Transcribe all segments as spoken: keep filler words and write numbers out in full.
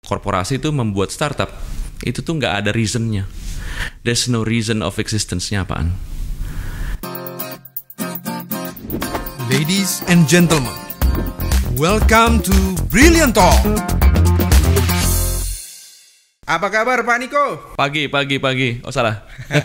korporasi itu membuat startup itu tuh nggak ada reasonnya. There's no reason of existence-nya apaan. Ladies and gentlemen, welcome to Brilliant Talk. Apa kabar Pak Niko? Pagi, pagi, pagi. Oh salah.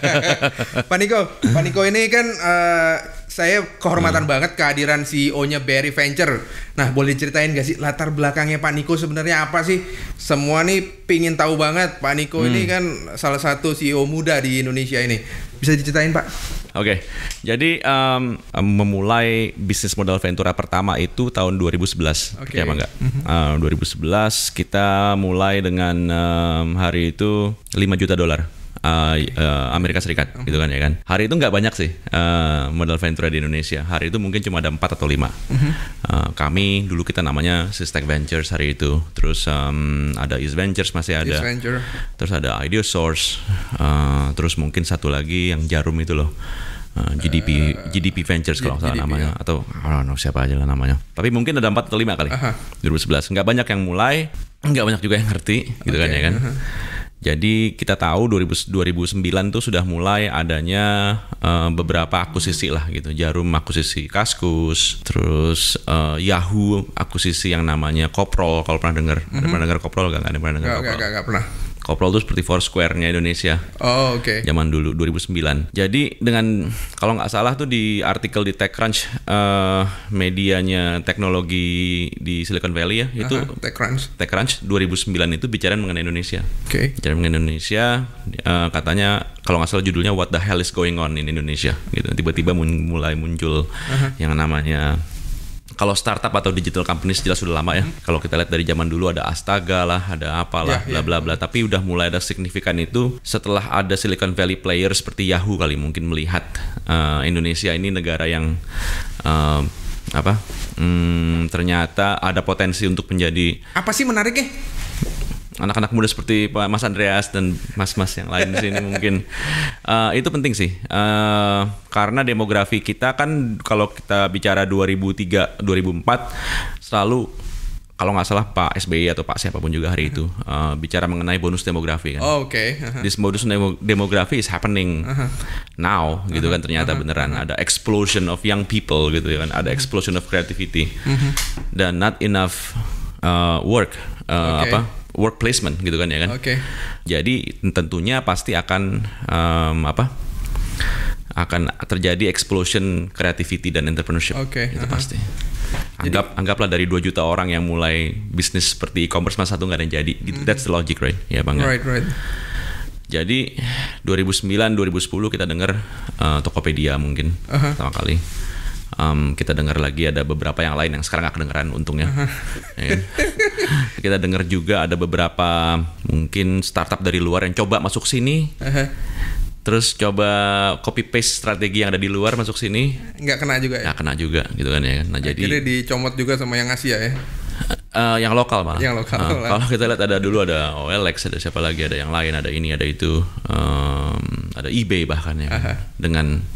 Pak Niko, Pak Niko ini kan uh, saya kehormatan hmm. banget kehadiran C E O-nya Berry Venture. Nah, boleh ceritain gak sih latar belakangnya Pak Niko sebenarnya apa sih? Semua nih pingin tahu banget. Pak Niko hmm. ini kan salah satu C E O muda di Indonesia ini. Bisa diceritain Pak? Oke, okay. Jadi um, memulai bisnis modal Ventura pertama itu tahun dua ribu sebelas, okay. ya apa enggak? Mm-hmm. Uh, dua ribu sebelas kita mulai dengan um, hari itu lima juta dolar uh, uh, Amerika Serikat, mm-hmm. gitu kan ya kan? Hari itu nggak banyak sih uh, modal Ventura di Indonesia. Hari itu mungkin cuma ada empat atau lima. Mm-hmm. Uh, kami dulu kita namanya Sistek Ventures hari itu. Terus um, ada East Ventures masih ada. East Venture. Terus ada Ideasource. Uh, terus mungkin satu lagi yang Jarum itu loh. Uh, G D P uh, G D P Ventures kalau nggak salah namanya ya. Atau I don't know siapa aja lah namanya. Tapi mungkin ada empat atau lima kali. Uh-huh. dua ribu sebelas nggak banyak yang mulai, nggak banyak juga yang ngerti, gitu okay. kan ya kan. Uh-huh. Jadi kita tahu dua ribu sembilan tuh sudah mulai adanya uh, beberapa akuisisi lah gitu. Jarum akuisisi Kaskus, terus uh, Yahoo akuisisi yang namanya Koprol. Kalau pernah dengar, uh-huh. ada pernah dengar Koprol nggak? Ada pernah dengar Koprol? Nggak, nggak pernah. Koprol itu seperti Foursquare-nya Indonesia. Oh, oke. Okay. Zaman dulu dua ribu sembilan. Jadi dengan kalau nggak salah tuh di artikel di TechCrunch uh, medianya teknologi di Silicon Valley ya, itu uh-huh, TechCrunch. TechCrunch dua ribu sembilan itu bicara mengenai Indonesia. Oke. Okay. Bicara mengenai Indonesia, uh, katanya kalau nggak salah judulnya What the hell is going on in Indonesia gitu. Tiba-tiba mun- mulai muncul uh-huh. yang namanya kalau startup atau digital companies jelas sudah lama ya. Hmm. Kalau kita lihat dari zaman dulu ada Astaga lah, ada apalah, bla bla bla. Tapi udah mulai ada signifikan itu setelah ada Silicon Valley player seperti Yahoo kali mungkin melihat uh, Indonesia ini negara yang uh, apa? Hmm, ternyata ada potensi untuk menjadi. Apa sih menariknya? Anak-anak muda seperti Pak Mas Andreas dan mas-mas yang lain di sini mungkin uh, itu penting sih uh, karena demografi kita kan kalau kita bicara dua ribu tiga dua ribu empat selalu kalau nggak salah Pak S B Y atau Pak siapapun juga hari itu uh, bicara mengenai bonus demografi kan. Oh, oke. Okay. Uh-huh. This bonus demografi is happening uh-huh. now gitu uh-huh. kan ternyata uh-huh. beneran uh-huh. ada explosion of young people gitu kan, ada uh-huh. explosion of creativity uh-huh. dan not enough uh, work uh, okay. apa work placement gitu kan ya kan. Oke. Okay. Jadi tentunya pasti akan um, apa? Akan terjadi explosion creativity dan entrepreneurship. Oke. Okay. Itu uh-huh. pasti. Anggap Jadi, anggaplah dari dua juta orang yang mulai bisnis seperti e-commerce mas satu nggak ada yang jadi. Gitu. Mm-hmm. That's the logic, right? Ya bang. Right, right. Jadi dua ribu sembilan dua ribu sepuluh kita dengar uh, Tokopedia mungkin uh-huh. pertama kali. Um, kita dengar lagi ada beberapa yang lain yang sekarang nggak kedengeran untungnya. Uh-huh. Ya kan? Kita dengar juga ada beberapa mungkin startup dari luar yang coba masuk sini, uh-huh. terus coba copy paste strategi yang ada di luar masuk sini, nggak kena juga ya? Nggak kena juga gitu kan ya. Nah jadi akhirnya dicomot juga sama yang Asia ya? Uh, yang lokal malah. Yang lokal. Uh, kalau kita lihat ada dulu ada O L X, ada siapa lagi, ada yang lain, ada ini, ada itu, um, ada eBay bahkan ya, uh-huh. dengan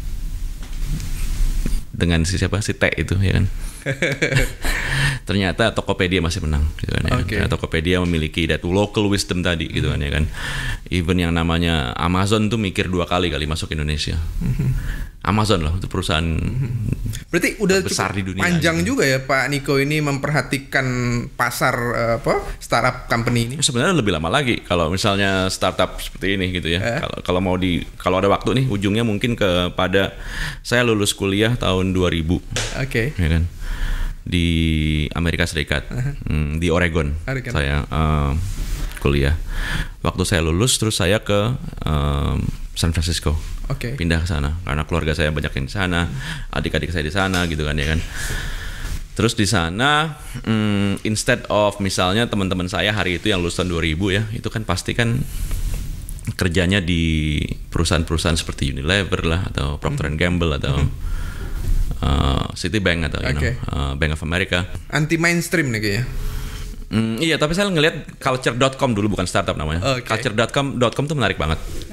dengan si siapa si T itu ya kan. Ternyata Tokopedia masih menang gitu kan ya. Okay. Karena Tokopedia memiliki that local wisdom tadi mm-hmm. gitu kan ya kan. Even yang namanya Amazon tuh mikir dua kali kali masuk Indonesia. Mm-hmm. Amazon loh itu perusahaan mm-hmm. berarti udah besar di dunia panjang gitu. Juga ya Pak Niko ini memperhatikan pasar apa startup company ini. Sebenarnya lebih lama lagi kalau misalnya startup seperti ini gitu ya. Eh? Kalau kalau mau di kalau ada waktu nih ujungnya mungkin kepada saya lulus kuliah tahun dua ribu. Oke. Okay. Ya kan. Di Amerika Serikat, uh-huh. hmm, di Oregon, Oregon. saya uh, kuliah. Waktu saya lulus, terus saya ke uh, San Francisco, okay. pindah ke sana karena keluarga saya banyak yang di sana, adik-adik saya di sana, gitu kan ya kan. Terus di sana, um, instead of misalnya teman-teman saya hari itu yang lulusan dua ribu ya, itu kan pasti kan kerjanya di perusahaan-perusahaan seperti Unilever lah atau Procter and Gamble atau uh-huh. Uh, Citibank atau okay. you know, uh, Bank of America. Anti mainstream nih kayaknya. Mm, iya, tapi saya ngelihat culture dot com dulu bukan startup namanya. Okay. culture dot com dot com tuh menarik banget.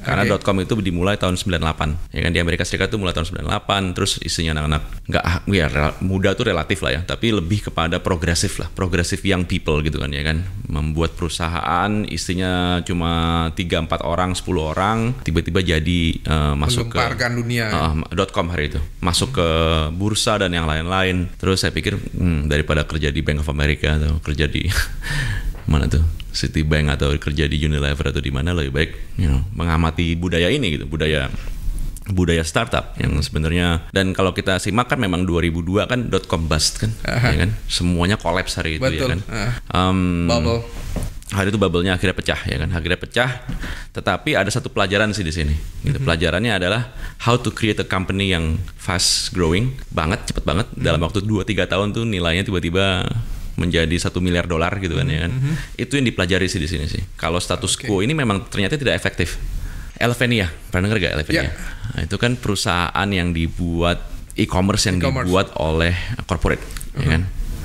Karena Okay. .com itu dimulai tahun sembilan puluh delapan. Ya kan di Amerika Serikat itu mulai tahun sembilan puluh delapan, terus isinya anak-anak nggak ya rel- muda tuh relatif lah ya, tapi lebih kepada progresif lah, progresif young people gitu kan ya kan. Membuat perusahaan isinya cuma tiga empat orang, sepuluh orang, tiba-tiba jadi uh, masuk ke Menggemparkan dunia. uh, .com hari itu. Masuk ke bursa dan yang lain-lain. Terus saya pikir hmm, daripada kerja di Bank of America atau kerja di mana tuh Citibank atau kerja di Unilever atau di mana, lebih baik you know, mengamati budaya ini gitu, budaya budaya startup yang sebenarnya. Dan kalau kita simak kan memang dua ribu dua kan .com bust kan, Aha. ya kan semuanya kolaps hari itu. Betul. Ya kan. Ah. Um, Bubble. Hari itu bubble-nya akhirnya pecah ya kan, akhirnya pecah. Tetapi ada satu pelajaran sih di sini. Gitu. Mm-hmm. Pelajarannya adalah how to create a company yang fast growing banget, cepet banget. Mm-hmm. Dalam waktu dua tiga tahun tuh nilainya tiba-tiba menjadi satu miliar dolar gitu kan ya kan. Mm-hmm. Itu yang dipelajari sih di sini sih. Kalau status okay. quo ini memang ternyata tidak efektif. Elevenia, pernah denger gak Elevenia? Yeah. Nah, itu kan perusahaan yang dibuat e-commerce yang e-commerce. dibuat oleh corporate, uh-huh. ya kan?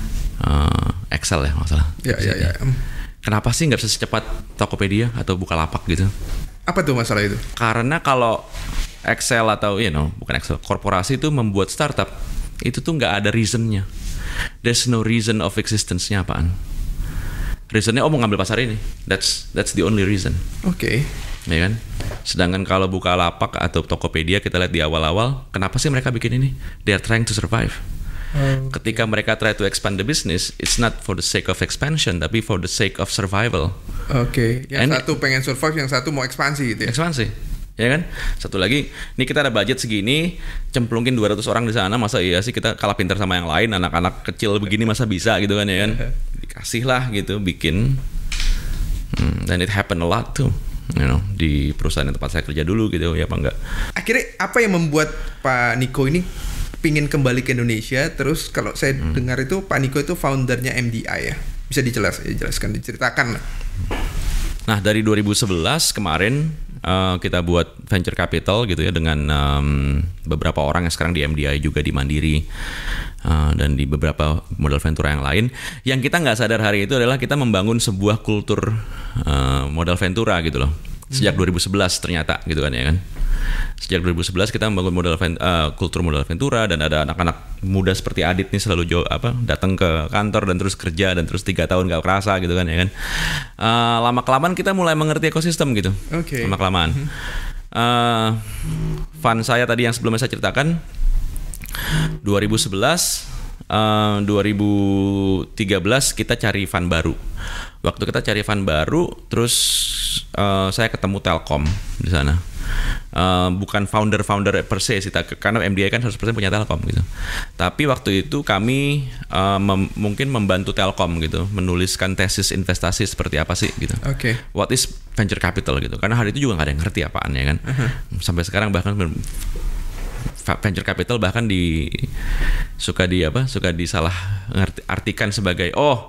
Uh, Excel ya masalah. Ya ya ya. Kenapa sih nggak bisa secepat Tokopedia atau Bukalapak gitu? Apa tuh masalah itu? Karena kalau Excel atau you know bukan Excel, korporasi itu membuat startup itu tuh nggak ada reasonnya. There's no reason of existence-nya apaan. Reasonnya oh mau ngambil pasar ini. That's that's the only reason. Oke. Okay. Ya kan? Sedangkan kalau Bukalapak atau Tokopedia kita lihat di awal-awal, kenapa sih mereka bikin ini? They are trying to survive. Oh, ketika okay. mereka try to expand the business, it's not for the sake of expansion, tapi for the sake of survival. Oke, okay. Yang And satu pengen survive, yang satu mau ekspansi gitu ya? Ekspansi, ya kan? Satu lagi, nih kita ada budget segini, cemplungin dua ratus orang di sana, masa iya sih kita kalah pintar sama yang lain, anak-anak kecil begini masa bisa gitu kan ya kan? Dikasih lah gitu, bikin. Hmm, and it happen a lot tuh. You know, di perusahaan yang tempat saya kerja dulu gitu, ya apa enggak? Akhirnya apa yang membuat Pak Niko ini pingin kembali ke Indonesia? Terus kalau saya hmm. dengar itu Pak Niko itu foundernya M D I ya, bisa dijelas, dijelaskan, diceritakan lah. Nah dari dua ribu sebelas kemarin uh, kita buat venture capital gitu ya dengan um, beberapa orang yang sekarang di M D I juga di Mandiri uh, dan di beberapa modal ventura yang lain. Yang kita nggak sadar hari itu adalah kita membangun sebuah kultur uh, modal ventura gitu loh. Sejak dua ribu sebelas ternyata gitu kan ya kan. Sejak dua ribu sebelas kita membangun modal uh, kultur modal ventura dan ada anak-anak muda seperti Adit nih selalu jo, apa datang ke kantor dan terus kerja dan terus tiga tahun gak kerasa gitu kan ya kan. Uh, lama kelamaan kita mulai mengerti ekosistem gitu. Oke. Okay. Lama kelamaan. Mm-hmm. Uh, fund saya tadi yang sebelumnya saya ceritakan dua ribu sebelas Uh, dua ribu tiga belas kita cari fund baru. Waktu kita cari fund baru, terus uh, saya ketemu Telkom di sana. Uh, bukan founder-founder per se sih, karena M D I kan seratus persen punya Telkom gitu. Tapi waktu itu kami uh, mem- mungkin membantu Telkom gitu, menuliskan tesis investasi seperti apa sih gitu. Oke. Okay. What is venture capital gitu? Karena hari itu juga nggak ada yang ngerti apaan ya kan. Uh-huh. Sampai sekarang bahkan venture capital bahkan di suka di apa suka disalah ngerti, artikan sebagai oh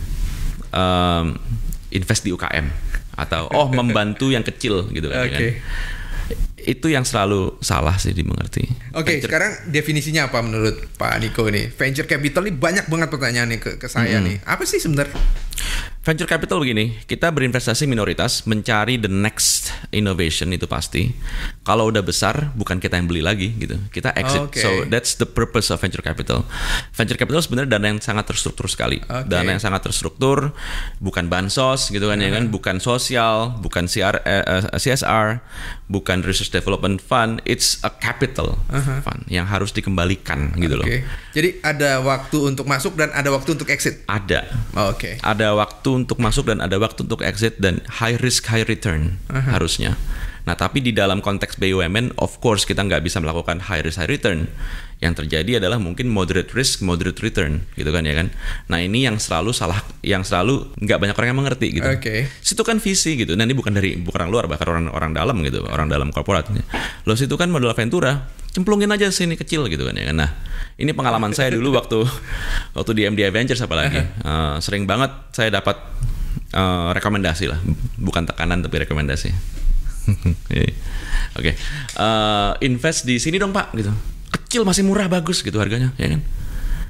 um, invest di U K M atau oh membantu yang kecil gitu kan, okay. kan itu yang selalu salah sih dimengerti. Oke, okay, sekarang definisinya apa menurut Pak Niko nih? Venture capital ini banyak banget pertanyaan nih ke, ke saya hmm. nih. Apa sih sebenarnya? Venture capital begini, kita berinvestasi minoritas mencari the next innovation itu pasti. Kalau udah besar, bukan kita yang beli lagi gitu. Kita exit. Okay. So that's the purpose of venture capital. Venture capital sebenarnya dana yang sangat terstruktur sekali. Okay. Dana yang sangat terstruktur, bukan bansos gitu kan uh-huh. ya kan, bukan sosial, bukan C R, uh, C S R, bukan research development fund. It's a capital uh-huh. fund yang harus dikembalikan gitu okay. loh. Jadi ada waktu untuk masuk dan ada waktu untuk exit. Ada. Oh, Oke. Okay. Ada waktu untuk masuk dan ada waktu untuk exit dan high risk high return uh-huh. harusnya. Nah tapi di dalam konteks B U M N of course kita nggak bisa melakukan high risk high return. Yang terjadi adalah mungkin moderate risk moderate return gitu kan ya kan. Nah ini yang selalu salah, yang selalu nggak banyak orang yang mengerti gitu. Oke. Okay. Situ kan visi gitu. Nah ini bukan dari bukan orang luar, bahkan orang orang dalam gitu, orang dalam korporat. Lo situ kan modal ventura, cemplungin aja sini kecil gitu kan ya kan. Nah ini pengalaman saya dulu waktu waktu di M D I Ventures apalagi uh, sering banget saya dapat uh, rekomendasi lah, bukan tekanan tapi rekomendasi. Oke, okay. uh, invest di sini dong Pak gitu. Kecil masih murah bagus gitu harganya ya kan.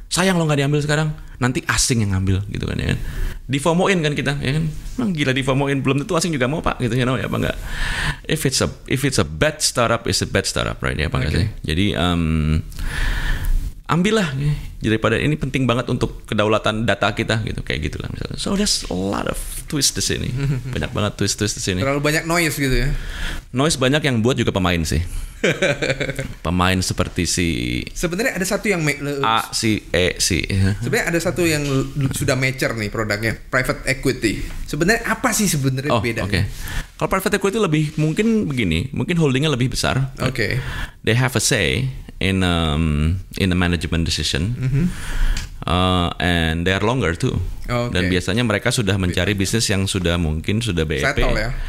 sayang lo nggak diambil sekarang, nanti asing yang ngambil gitu kan ya kan. Difomoin kan kita ya kan, emang gila difomoin, belum tentu asing juga mau pak gitu you know, ya apa enggak. If it's a if it's a bad startup, it's a bad startup right ya apa enggak Okay. sih. Jadi um, ambillah ya. Daripada ini penting banget untuk kedaulatan data kita gitu kayak gitulah misalnya. So there's a lot of twist di sini, banyak banget twist-twist di sini. Terlalu banyak noise gitu ya. Noise banyak yang buat juga pemain sih. Pemain seperti si Sebenarnya ada satu yang me- le- A, si E, si sebenarnya ada satu yang l- sudah mature nih produknya, private equity. Sebenarnya apa sih sebenarnya Oh, bedanya? oke. Okay. Kalau private equity lebih mungkin begini, mungkin holdingnya lebih besar. Oke. Okay. They have a say in um, in the management decision, Mm-hmm. uh, and they are longer too. Okay. Dan biasanya mereka sudah mencari bisnis yang sudah mungkin sudah B E P. Settle ya.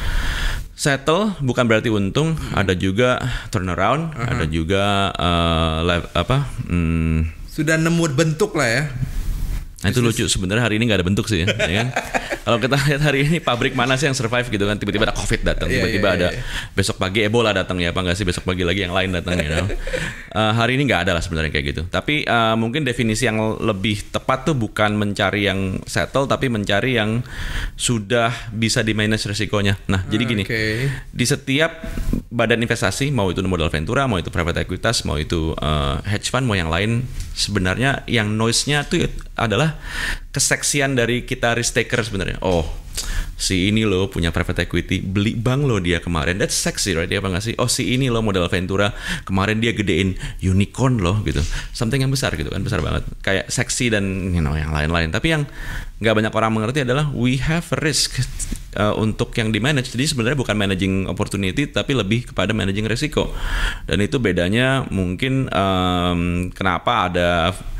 Settle bukan berarti untung, hmm. ada juga turnaround, uh-huh. ada juga uh, live, apa? Hmm, Sudah nemu bentuk lah ya. Nah itu lucu sebenarnya hari ini nggak ada bentuk sih ya, ya kan? Kalau kita lihat hari ini pabrik mana sih yang survive gitu kan, tiba-tiba ada COVID datang, Yeah, tiba-tiba yeah, ada yeah. besok pagi Ebola datang ya apa nggak sih, besok pagi lagi yang lain datang ya. You know? uh, hari ini nggak ada lah sebenarnya kayak gitu. Tapi uh, mungkin definisi yang lebih tepat tuh bukan mencari yang settle, tapi mencari yang sudah bisa di manage resikonya. Nah jadi gini, Okay. di setiap badan investasi, mau itu modal ventura, mau itu private equities, mau itu uh, hedge fund, mau yang lain, sebenarnya yang noise-nya tuh adalah keseksian dari kita risk taker sebenarnya. Oh, si ini loh punya private equity, beli bank loh dia kemarin. That's sexy, right? Dia apa nggak sih? Oh, si ini loh modal ventura, kemarin dia gedein unicorn loh gitu. Something yang besar gitu kan, besar banget. Kayak seksi dan you know, yang lain-lain. Tapi yang nggak banyak orang mengerti adalah we have a risk uh, untuk yang di manage. Jadi sebenarnya bukan managing opportunity, tapi lebih kepada managing resiko. Dan itu bedanya mungkin um, kenapa ada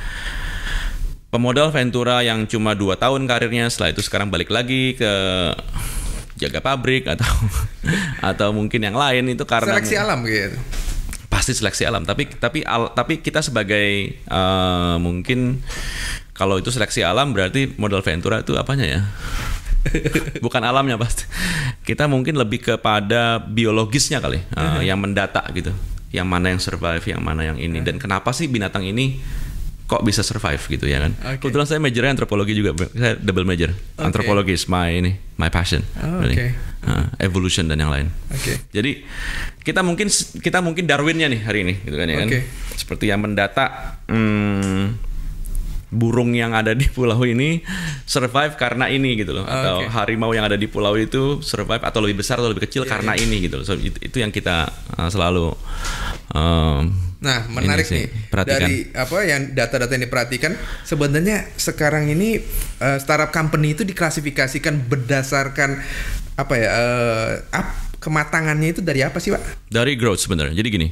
pemodal ventura yang cuma dua tahun karirnya, setelah itu sekarang balik lagi ke jaga pabrik atau atau mungkin yang lain, itu karena Seleksi alam gitu. pasti seleksi alam. Tapi tapi al, tapi kita sebagai uh, mungkin kalau itu seleksi alam berarti modal ventura itu apanya ya? Bukan alamnya pasti. Kita mungkin lebih kepada biologisnya kali, uh, yang mendata gitu. Yang mana yang survive, yang mana yang ini, dan kenapa sih binatang ini kok bisa survive gitu ya kan. Okay. Kebetulan saya majornya antropologi juga, saya double major. Okay. Antropologi is my ini, my passion. Oh, Really. okay. Uh, evolution dan yang lain. Oke. Okay. Jadi kita mungkin kita mungkin Darwinnya nih hari ini gitu kan ya kan. Okay. Seperti yang mendata hmm, burung yang ada di pulau ini survive karena ini gitu loh, atau okay. harimau yang ada di pulau itu survive atau lebih besar atau lebih kecil yeah, karena yeah. ini gitu loh. So, itu, itu yang kita uh, selalu um, Nah, menarik sih, nih perhatikan. dari apa yang data-data yang diperhatikan. Sebenarnya sekarang ini uh, startup company itu diklasifikasikan berdasarkan apa ya? Uh, up, kematangannya itu dari apa sih, Pak? Dari growth sebenarnya. Jadi gini.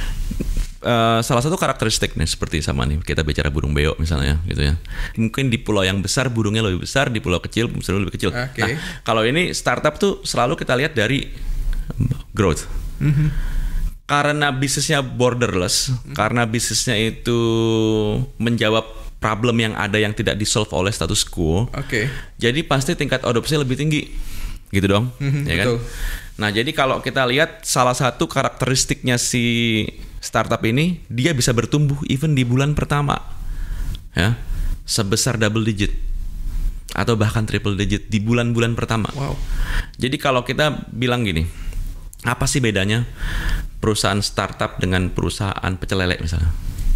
Uh, salah satu karakteristik nih seperti sama nih kita bicara burung beo misalnya gitu ya. Mungkin di pulau yang besar burungnya lebih besar, di pulau kecil burungnya lebih kecil. Okay. Nah, kalau ini startup tuh selalu kita lihat dari growth. Mm-hmm. Karena bisnisnya borderless, mm-hmm. karena bisnisnya itu menjawab problem yang ada yang tidak di-solve oleh status quo. Oke. Okay. Jadi pasti tingkat adopsinya lebih tinggi. Gitu dong, mm-hmm, ya kan? Betul. Nah, jadi kalau kita lihat salah satu karakteristiknya si startup ini, dia bisa bertumbuh even di bulan pertama. Ya. Sebesar double digit atau bahkan triple digit di bulan-bulan pertama. Wow. Jadi kalau kita bilang gini, apa sih bedanya perusahaan startup dengan perusahaan pecel lele misalnya?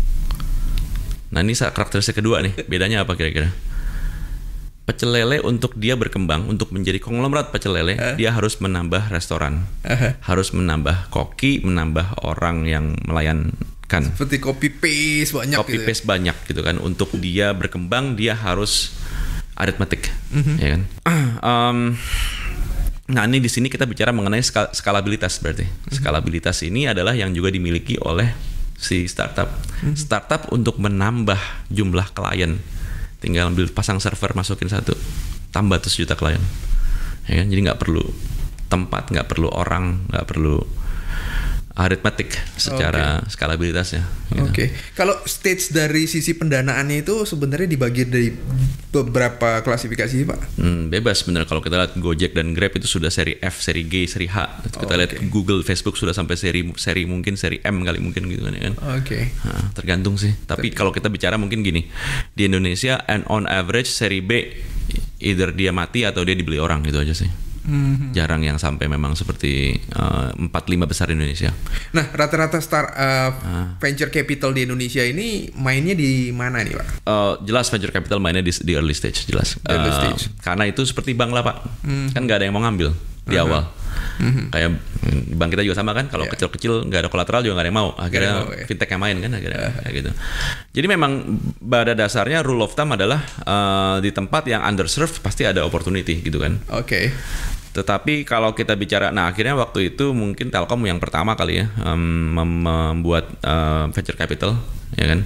Nah, ini karakteristik kedua nih, bedanya apa kira-kira? Pecel lele untuk dia berkembang, untuk menjadi konglomerat pecel lele, uh. dia harus menambah restoran, uh-huh. harus menambah koki, menambah orang yang melayankan. Seperti copy paste banyak. Copy gitu paste ya? banyak gitu kan. Untuk dia berkembang, dia harus aritmetik, uh-huh. ya kan. Um, nah ini di sini kita bicara mengenai skal- skalabilitas berarti. Uh-huh. Skalabilitas ini adalah yang juga dimiliki oleh si startup. Uh-huh. Startup untuk menambah jumlah klien. Tinggal ambil pasang server, masukin satu, tambah tuh sejuta klien, ya kan? Jadi nggak perlu tempat, nggak perlu orang, nggak perlu aritmetik secara okay. skalabilitasnya. Gitu. Oke. Okay. Kalau stage dari sisi pendanaannya itu sebenarnya dibagi dari beberapa klasifikasi, Pak? Hmm, bebas sebenarnya. Kalau kita lihat Gojek dan Grab itu sudah seri F, seri G, seri H. Kita oh, lihat okay. Google, Facebook sudah sampai seri seri mungkin seri M kali mungkin gitu kan. Oke. Okay. Nah, tergantung sih. Tapi kalau kita bicara mungkin gini, di Indonesia and on average seri B either dia mati atau dia dibeli orang, gitu aja sih. Mm-hmm. Jarang yang sampai memang seperti empat lima besar di Indonesia. Nah, rata-rata start uh, ah. venture capital di Indonesia ini mainnya di mana nih, Pak? Uh, jelas venture capital mainnya di, di early stage, jelas. Early uh, stage. Karena itu seperti bank lah, Pak. Mm-hmm. Kan nggak ada yang mau ngambil di uh-huh. awal. Mm-hmm. Kayak bank kita juga sama kan, kalau yeah. kecil-kecil nggak ada kolateral juga nggak ada yang mau. Akhirnya mau, ya. fintech yang main kan, akhirnya uh-huh. kayak gitu. Jadi memang pada dasarnya rule of thumb adalah uh, di tempat yang underserved pasti ada opportunity gitu kan. Oke. Okay. Tetapi kalau kita bicara, nah akhirnya waktu itu mungkin Telkom yang pertama kali ya um, membuat uh, venture capital, ya kan.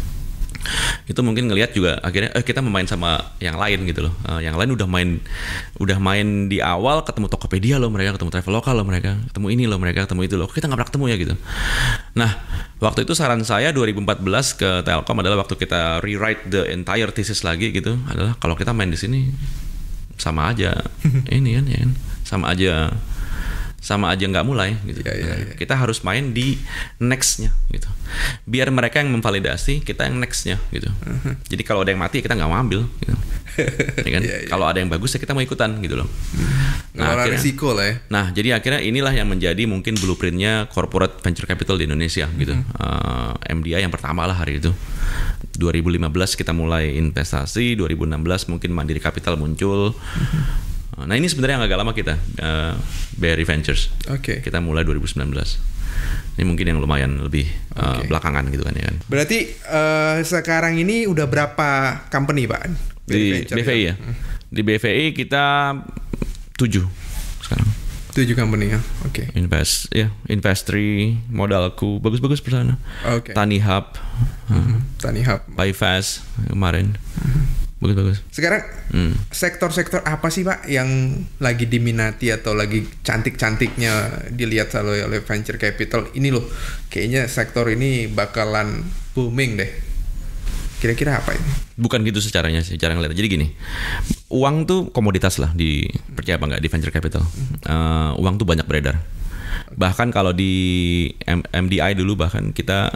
Itu mungkin ngelihat juga akhirnya eh kita memain sama yang lain gitu loh. Uh, yang lain udah main udah main di awal, ketemu Tokopedia loh mereka, ketemu Traveloka loh mereka, ketemu ini loh mereka, ketemu itu loh. Kita nggak pernah ketemu ya gitu. Nah, waktu itu saran saya dua ribu empat belas ke Telkom adalah waktu kita rewrite the entire thesis lagi gitu, adalah kalau kita main di sini sama aja ini kan ya kan sama aja sama aja nggak mulai gitu. Ya, ya, ya. Kita harus main di nextnya gitu. Biar mereka yang memvalidasi, kita yang nextnya gitu. Uh-huh. Jadi kalau ada yang mati kita nggak mau ambil. Gitu. Ya kan? Ya, ya. Kalau ada yang bagus ya kita mau ikutan gitu loh. Nah, akhirnya, risiko lah ya. Nah jadi akhirnya inilah yang menjadi mungkin blueprintnya corporate venture capital di Indonesia gitu. Uh-huh. uh, M D I yang pertama lah hari itu. dua ribu lima belas kita mulai investasi, dua ribu enam belas mungkin Mandiri Capital muncul. Uh-huh. Nah ini sebenarnya yang agak lama kita, uh, B R I Ventures. Oke. Okay. Kita mulai dua ribu sembilan belas. Ini mungkin yang lumayan lebih uh, okay. belakangan gitu kan ya kan. Berarti uh, sekarang ini udah berapa company, Pak? Di B V I ya? Hmm. Di B V I kita tujuh sekarang. Tujuh company ya, oke. Okay. Invest, ya, Investri, Modalku, bagus-bagus persana. Oke. Okay. Tani Hub, mm-hmm. uh, Tani Hub, Buy-Fast kemarin. Mm-hmm. Bagus-bagus. Sekarang hmm. sektor-sektor apa sih, Pak, yang lagi diminati atau lagi cantik-cantiknya dilihat oleh oleh venture capital? Ini loh, kayaknya sektor ini bakalan booming deh. Kira-kira apa ini? Bukan gitu secaranya sih, cara ngeliat. Jadi gini, uang tuh komoditas lah, di percaya apa nggak di venture capital. Uh, uang tuh banyak beredar. Bahkan kalau di M D I dulu bahkan kita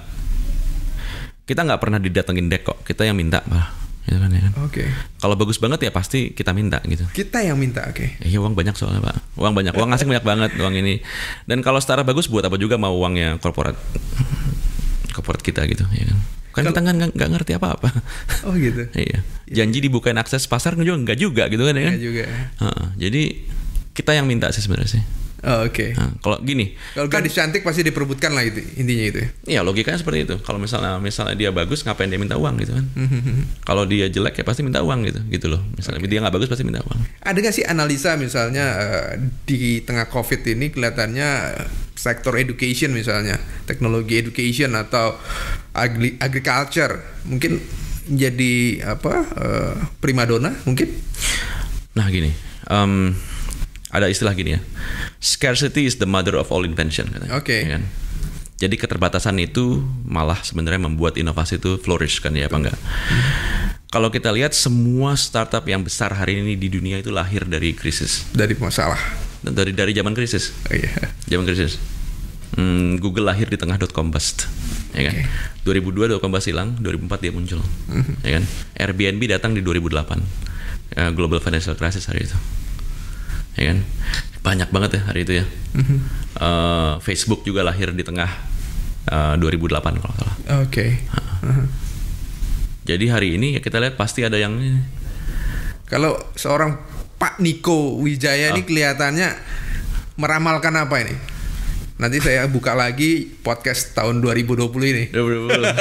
kita nggak pernah didatengin dek kok, kita yang minta, Pak. Ya kan, ya kan? Oke. Okay. Kalau bagus banget ya pasti kita minta gitu. Kita yang minta, oke. Okay. Iya, uang banyak soalnya, Pak. Uang banyak, uang asing banyak banget uang ini. Dan kalau secara bagus buat apa juga mau uangnya korporat, korporat kita gitu, ya kan? Kan kalo, kita nggak nggak ngerti apa-apa. Oh gitu. Iya. Janji dibukain akses pasar juga nggak juga gitu kan, ya kan? Nggak juga. Uh, jadi kita yang minta sih sebenarnya sih. Oh, oke. Okay. Nah, kalau gini, kalau kan, gadis cantik pasti diperebutkan lah itu intinya itu. Iya, logikanya seperti itu. Kalau misalnya misalnya dia bagus, ngapain dia minta uang gitu kan? Kalau dia jelek ya pasti minta uang gitu, gitu loh. Misalnya okay. dia nggak bagus pasti minta uang. Ada nggak sih analisa misalnya uh, di tengah COVID ini kelihatannya uh, sektor education misalnya, teknologi education atau agri- agriculture mungkin jadi apa uh, primadona mungkin? Nah gini. Um, Ada istilah gini ya, scarcity is the mother of all invention. Oke. Okay. Ya kan? Jadi keterbatasan itu malah sebenarnya membuat inovasi itu flourish kan ya, apa enggak? Hmm. Kalau kita lihat semua startup yang besar hari ini di dunia itu lahir dari krisis. Dari masalah. Dari dari zaman krisis. Oh iya. Zaman krisis. Hmm, Google lahir di tengah dot com bust. Ya kan? Okay. dua ribu dua dot com bust hilang, dua ribu empat dia muncul. Mm-hmm. Ya kan? Airbnb datang di dua ribu delapan. Uh, Global Financial Crisis hari itu. Ya kan, banyak banget ya hari itu ya. Mm-hmm. uh, Facebook juga lahir di tengah uh, dua ribu delapan kalau salah. Oke. Okay. Uh-huh. Jadi hari ini ya kita lihat pasti ada yang ini. Kalau seorang Pak Niko Wijaya oh. ini kelihatannya meramalkan apa ini? Nanti saya buka lagi podcast tahun dua ribu dua puluh ini. dua ribu dua puluh.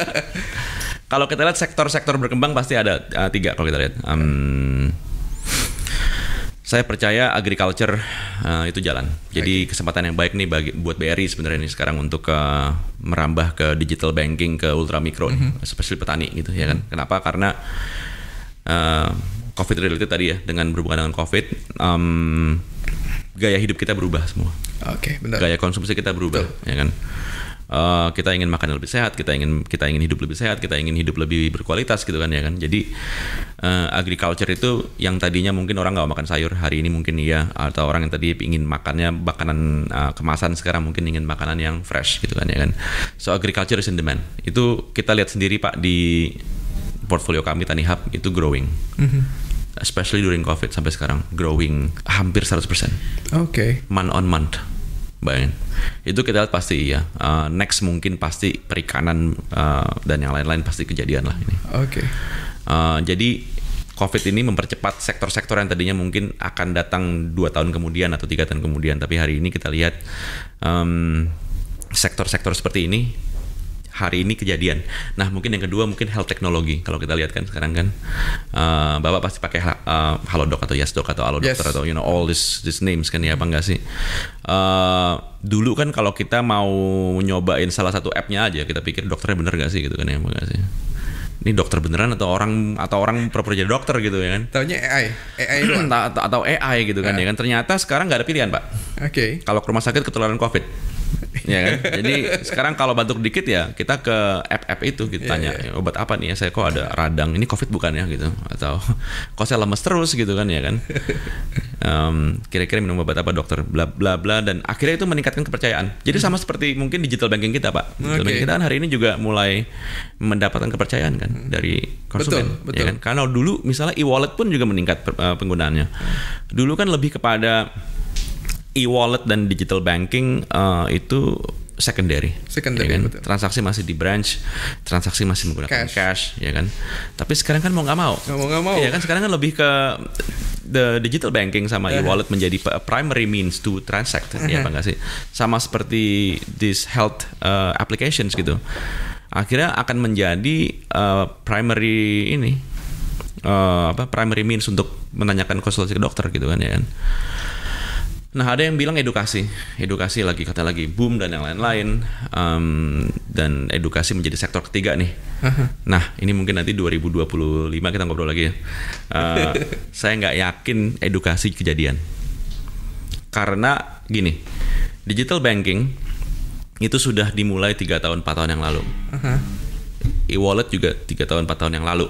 Kalau kita lihat sektor-sektor berkembang pasti ada uh, tiga kalau kita lihat. Um, Saya percaya agriculture uh, itu jalan. Jadi okay. kesempatan yang baik nih bagi buat B R I sebenarnya nih sekarang untuk uh, merambah ke digital banking, ke ultra mikro, mm-hmm. especially petani gitu ya kan. Kenapa? Karena uh, COVID related tadi ya, dengan berhubungan dengan COVID, um, gaya hidup kita berubah semua. Oke, okay, benar. Gaya konsumsi kita berubah, betul. Ya kan. Uh, kita ingin makan lebih sehat, kita ingin kita ingin hidup lebih sehat, kita ingin hidup lebih berkualitas gitu kan ya kan. Jadi uh, agriculture itu yang tadinya mungkin orang nggak makan sayur, hari ini mungkin iya, atau orang yang tadi ingin makannya makanan uh, kemasan, sekarang mungkin ingin makanan yang fresh gitu kan ya kan. So agriculture is in demand. Itu kita lihat sendiri Pak di portfolio kami Tani Hub itu growing. Mm-hmm. Especially during COVID sampai sekarang growing hampir seratus persen. Oke. Okay. Month on month. Bayangin. Itu kita lihat pasti iya. Uh, next mungkin pasti perikanan uh, dan yang lain-lain pasti kejadian lah ini. Oke. Okay. Uh, jadi COVID ini mempercepat sektor-sektor yang tadinya mungkin akan datang dua tahun kemudian atau tiga tahun kemudian, tapi hari ini kita lihat um, sektor-sektor seperti ini hari ini kejadian. Nah mungkin yang kedua mungkin health technology. Kalau kita lihat kan sekarang kan uh, Bapak pasti pakai uh, Halodoc atau Yasdoc atau Alodokter yes. atau you know all this this names kan ya apa enggak sih? Uh, dulu kan kalau kita mau nyobain salah satu app-nya aja kita pikir dokternya bener gak sih gitu kan ya apa enggak sih? Ini dokter beneran atau orang atau orang pura-pura jadi dokter gitu ya kan? Taunya A I, A I doang. Atau A I gitu kan uh. ya kan? Ternyata sekarang nggak ada pilihan Pak. Oke. Okay. Kalau ke rumah sakit ketularan COVID. Ya kan? Jadi sekarang kalau batuk dikit ya kita ke app-app itu kita tanya yeah, yeah. obat apa nih ya saya kok ada radang ini COVID bukan ya gitu atau kok saya lemes terus gitu kan ya kan um, kira-kira minum obat apa dokter bla bla bla dan akhirnya itu meningkatkan kepercayaan. Jadi sama seperti mungkin digital banking kita Pak. Digital okay. banking kita kan hari ini juga mulai mendapatkan kepercayaan kan hmm. dari konsumen. Betul, betul. Ya kan? Karena dulu misalnya e-wallet pun juga meningkat uh, penggunaannya. Dulu kan lebih kepada e-wallet dan digital banking uh, itu secondary, secondary ya kan? Betul. Transaksi masih di branch, transaksi masih menggunakan cash, cash ya kan. Tapi sekarang kan mau nggak mau, nggak mau nggak mau, ya kan sekarang kan lebih ke the digital banking sama uh-huh. e-wallet menjadi primary means to transact, uh-huh. ya apa nggak sih? Sama seperti this health uh, applications gitu, akhirnya akan menjadi uh, primary ini, uh, apa primary means untuk menanyakan konsultasi ke dokter gitu kan ya kan. Nah ada yang bilang edukasi, edukasi lagi kata lagi boom dan yang lain-lain, um, dan edukasi menjadi sektor ketiga nih. Uh-huh. Nah ini mungkin nanti dua ribu dua puluh lima kita ngobrol lagi ya. Uh, saya nggak yakin edukasi kejadian, karena gini, digital banking itu sudah dimulai tiga tahun empat tahun yang lalu. Uh-huh. E-wallet juga tiga tahun empat tahun yang lalu.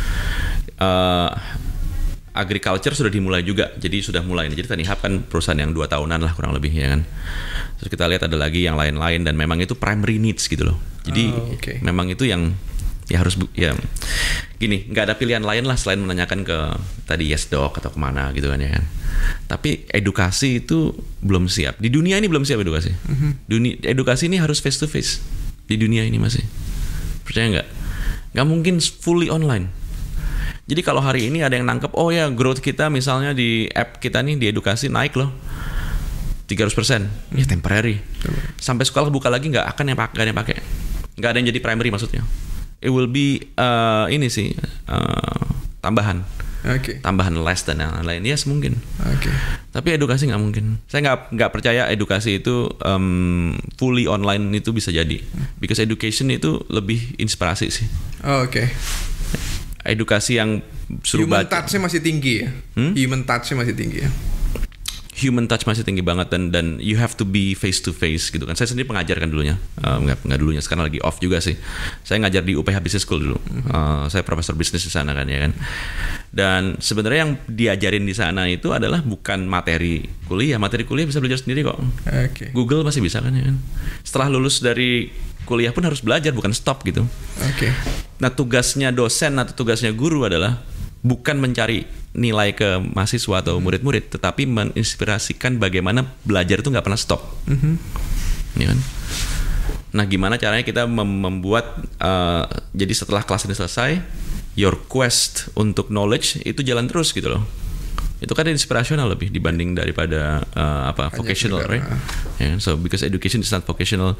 Uh, Agriculture sudah dimulai juga, jadi sudah mulai. Jadi Tani Hub kan perusahaan yang dua tahunan lah kurang lebih ya kan. Terus kita lihat ada lagi yang lain-lain dan memang itu primary needs gitu loh. Jadi oh, okay. memang itu yang ya harus ya gini, nggak ada pilihan lain lah selain menanyakan ke tadi Yasdoc atau kemana gitu kan ya kan. Tapi edukasi itu belum siap. Di dunia ini belum siap edukasi. Mm-hmm. Dunia edukasi ini harus face to face di dunia ini masih. Percaya nggak? Nggak mungkin fully online. Jadi kalau hari ini ada yang nangkep, oh ya growth kita misalnya di app kita nih di edukasi naik loh tiga ratus persen, ya temporary. Sampai sekolah buka lagi nggak akan yang pakai, nggak ada yang pakai, nggak ada yang jadi primary maksudnya. It will be uh, ini sih uh, tambahan, okay. tambahan les dan yang lain. Yes mungkin. Okay. Tapi edukasi nggak mungkin. Saya nggak nggak percaya edukasi itu um, fully online itu bisa jadi. Because education itu lebih inspirasi sih. Oh, oke. Okay. Edukasi yang suruh human baca. touch-nya masih tinggi ya. Hmm? Human touch-nya masih tinggi ya. Human touch masih tinggi banget dan dan you have to be face to face gitu kan. Saya sendiri pengajar kan dulunya, uh, nggak nggak dulunya sekarang lagi off juga sih. Saya ngajar di U P H Business School dulu. Uh, saya profesor bisnis di sana kan ya kan. Dan sebenarnya yang diajarin di sana itu adalah bukan materi kuliah, materi kuliah bisa belajar sendiri kok. Okay. Google masih bisa kan ya kan. Setelah lulus dari kuliah pun harus belajar, bukan stop gitu. Oke. Okay. Nah tugasnya dosen atau tugasnya guru adalah bukan mencari nilai ke mahasiswa atau murid-murid, tetapi menginspirasikan bagaimana belajar itu nggak pernah stop. Mm-hmm. Ya kan? Nah gimana caranya kita mem- membuat uh, jadi setelah kelas ini selesai, your quest untuk knowledge itu jalan terus gitu loh. Itu kan inspirational lebih dibanding daripada uh, apa hanya vocational, juga, right? Yeah, so because education is not vocational.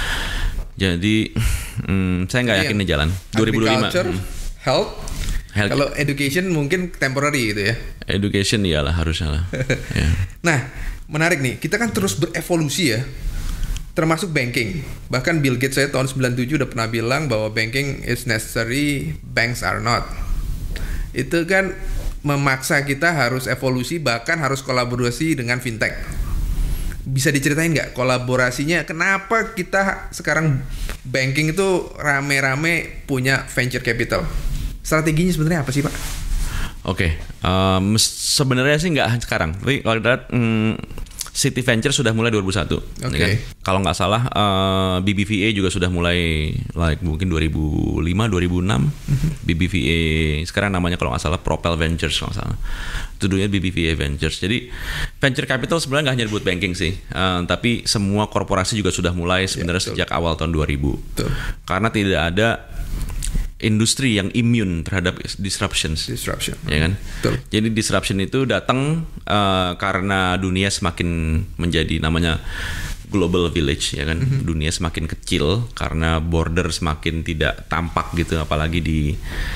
Jadi hmm, saya nggak yakin nih jalan dua ribu dua puluh lima. Agriculture, hmm. health, health. Kalau education mungkin temporary gitu ya. Education iyalah harusnya lah. Yeah. Nah menarik nih, kita kan terus berevolusi ya, termasuk banking. Bahkan Bill Gates saya tahun sembilan puluh tujuh udah pernah bilang bahwa banking is necessary, banks are not. Itu kan memaksa kita harus evolusi, bahkan harus kolaborasi dengan fintech. Bisa diceritain nggak kolaborasinya? Kenapa kita sekarang banking itu rame-rame punya venture capital? Strateginya sebenarnya apa sih, Pak? Oke, okay. um, sebenarnya sih nggak sekarang. Tapi kalau kita lihat, um, City Venture sudah mulai dua ribu satu. Okay. Ya kan? Kalau nggak salah, uh, B B V A juga sudah mulai, like mungkin dua ribu lima, dua ribu enam. Mm-hmm. B B V A sekarang namanya kalau nggak salah Propel Ventures kalau nggak salah. Itu dulunya B B V A Ventures. Jadi venture capital sebenarnya nggak hanya buat banking sih, uh, tapi semua korporasi juga sudah mulai sebenarnya yeah, sejak awal tahun dua ribu. Betul. Karena tidak ada industri yang immune terhadap disruptions. Disruption. Ya kan? Betul. Jadi disruption itu datang uh, karena dunia semakin menjadi namanya global village, ya kan? Mm-hmm. Dunia semakin kecil karena border semakin tidak tampak gitu, apalagi di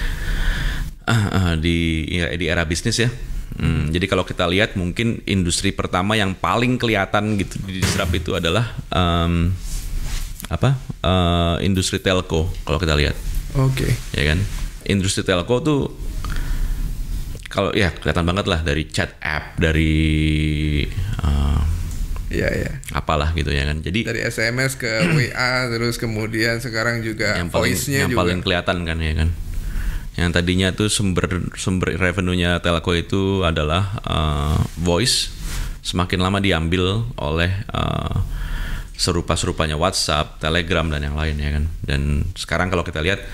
uh, uh, di ya, di era bisnis ya. Hmm, jadi kalau kita lihat mungkin industri pertama yang paling kelihatan gitu di disrupt itu adalah um, apa? Uh, industri telco kalau kita lihat. Oke. Okay. Ya kan, industri telco tuh kalau ya kelihatan banget lah dari chat app, dari uh, ya ya. apalah gitu ya kan. Jadi dari S M S ke W A terus kemudian sekarang juga yang paling, voice-nya yang juga. paling kelihatan kan ya kan. Yang tadinya tuh sumber sumber revenue-nya telco itu adalah uh, voice, semakin lama diambil oleh uh, serupa-serupanya WhatsApp, Telegram dan yang lain ya kan. Dan sekarang kalau kita lihat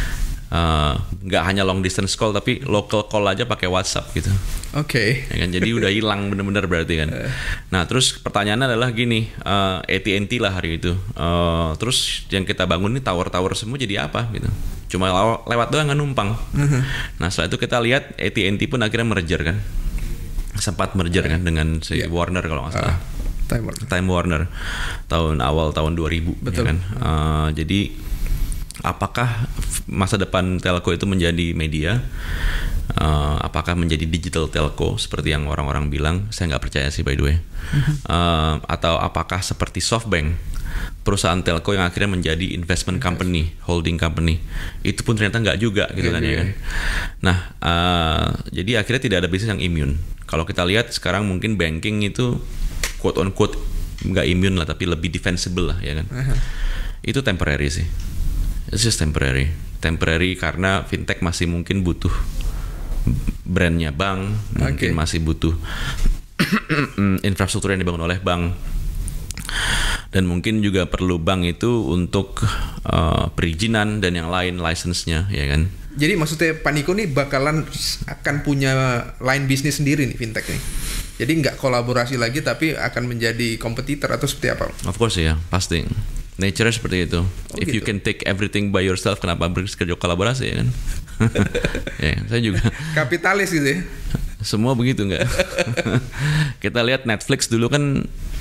nggak uh, hanya long distance call tapi local call aja pakai WhatsApp gitu. Oke. Okay. Ya kan? Jadi udah hilang bener-bener berarti kan. Nah terus pertanyaannya adalah gini, uh, A T and T lah hari itu. Uh, terus yang kita bangun nih tower-tower semua jadi apa gitu? Cuma lew- lewat doang nggak numpang. Uh-huh. Nah setelah itu kita lihat A T and T pun akhirnya merger kan, sempat merger uh, kan dengan si yeah. Warner kalau nggak salah. Uh. Time Warner. Time Warner tahun awal tahun dua ribu. Betul. Ya kan? Uh, jadi apakah masa depan telco itu menjadi media? Uh, apakah menjadi digital telco seperti yang orang-orang bilang? Saya nggak percaya sih by the way. Uh, atau apakah seperti SoftBank, perusahaan telco yang akhirnya menjadi investment company, holding company? Itu pun ternyata nggak juga gitu kan ya kan. Nah uh, jadi akhirnya tidak ada bisnis yang immune. Kalau kita lihat sekarang mungkin banking itu quote on quote nggak immune lah tapi lebih defensible lah ya kan. Uh-huh. Itu temporary sih. It's just temporary. Temporary karena fintech masih mungkin butuh brandnya bank, mungkin okay. masih butuh infrastruktur yang dibangun oleh bank, dan mungkin juga perlu bank itu untuk uh, perizinan dan yang lain, license-nya ya kan. Jadi maksudnya Pak Niko nih bakalan akan punya line bisnis sendiri nih fintech nih. Jadi nggak kolaborasi lagi tapi akan menjadi kompetitor atau seperti apa? Of course ya, pasti. Nature seperti itu. Oh, If gitu. You can take everything by yourself, kenapa kerja kolaborasi ya kan? Ya, saya juga. Kapitalis gitu ya. Semua begitu nggak? Kita lihat Netflix dulu kan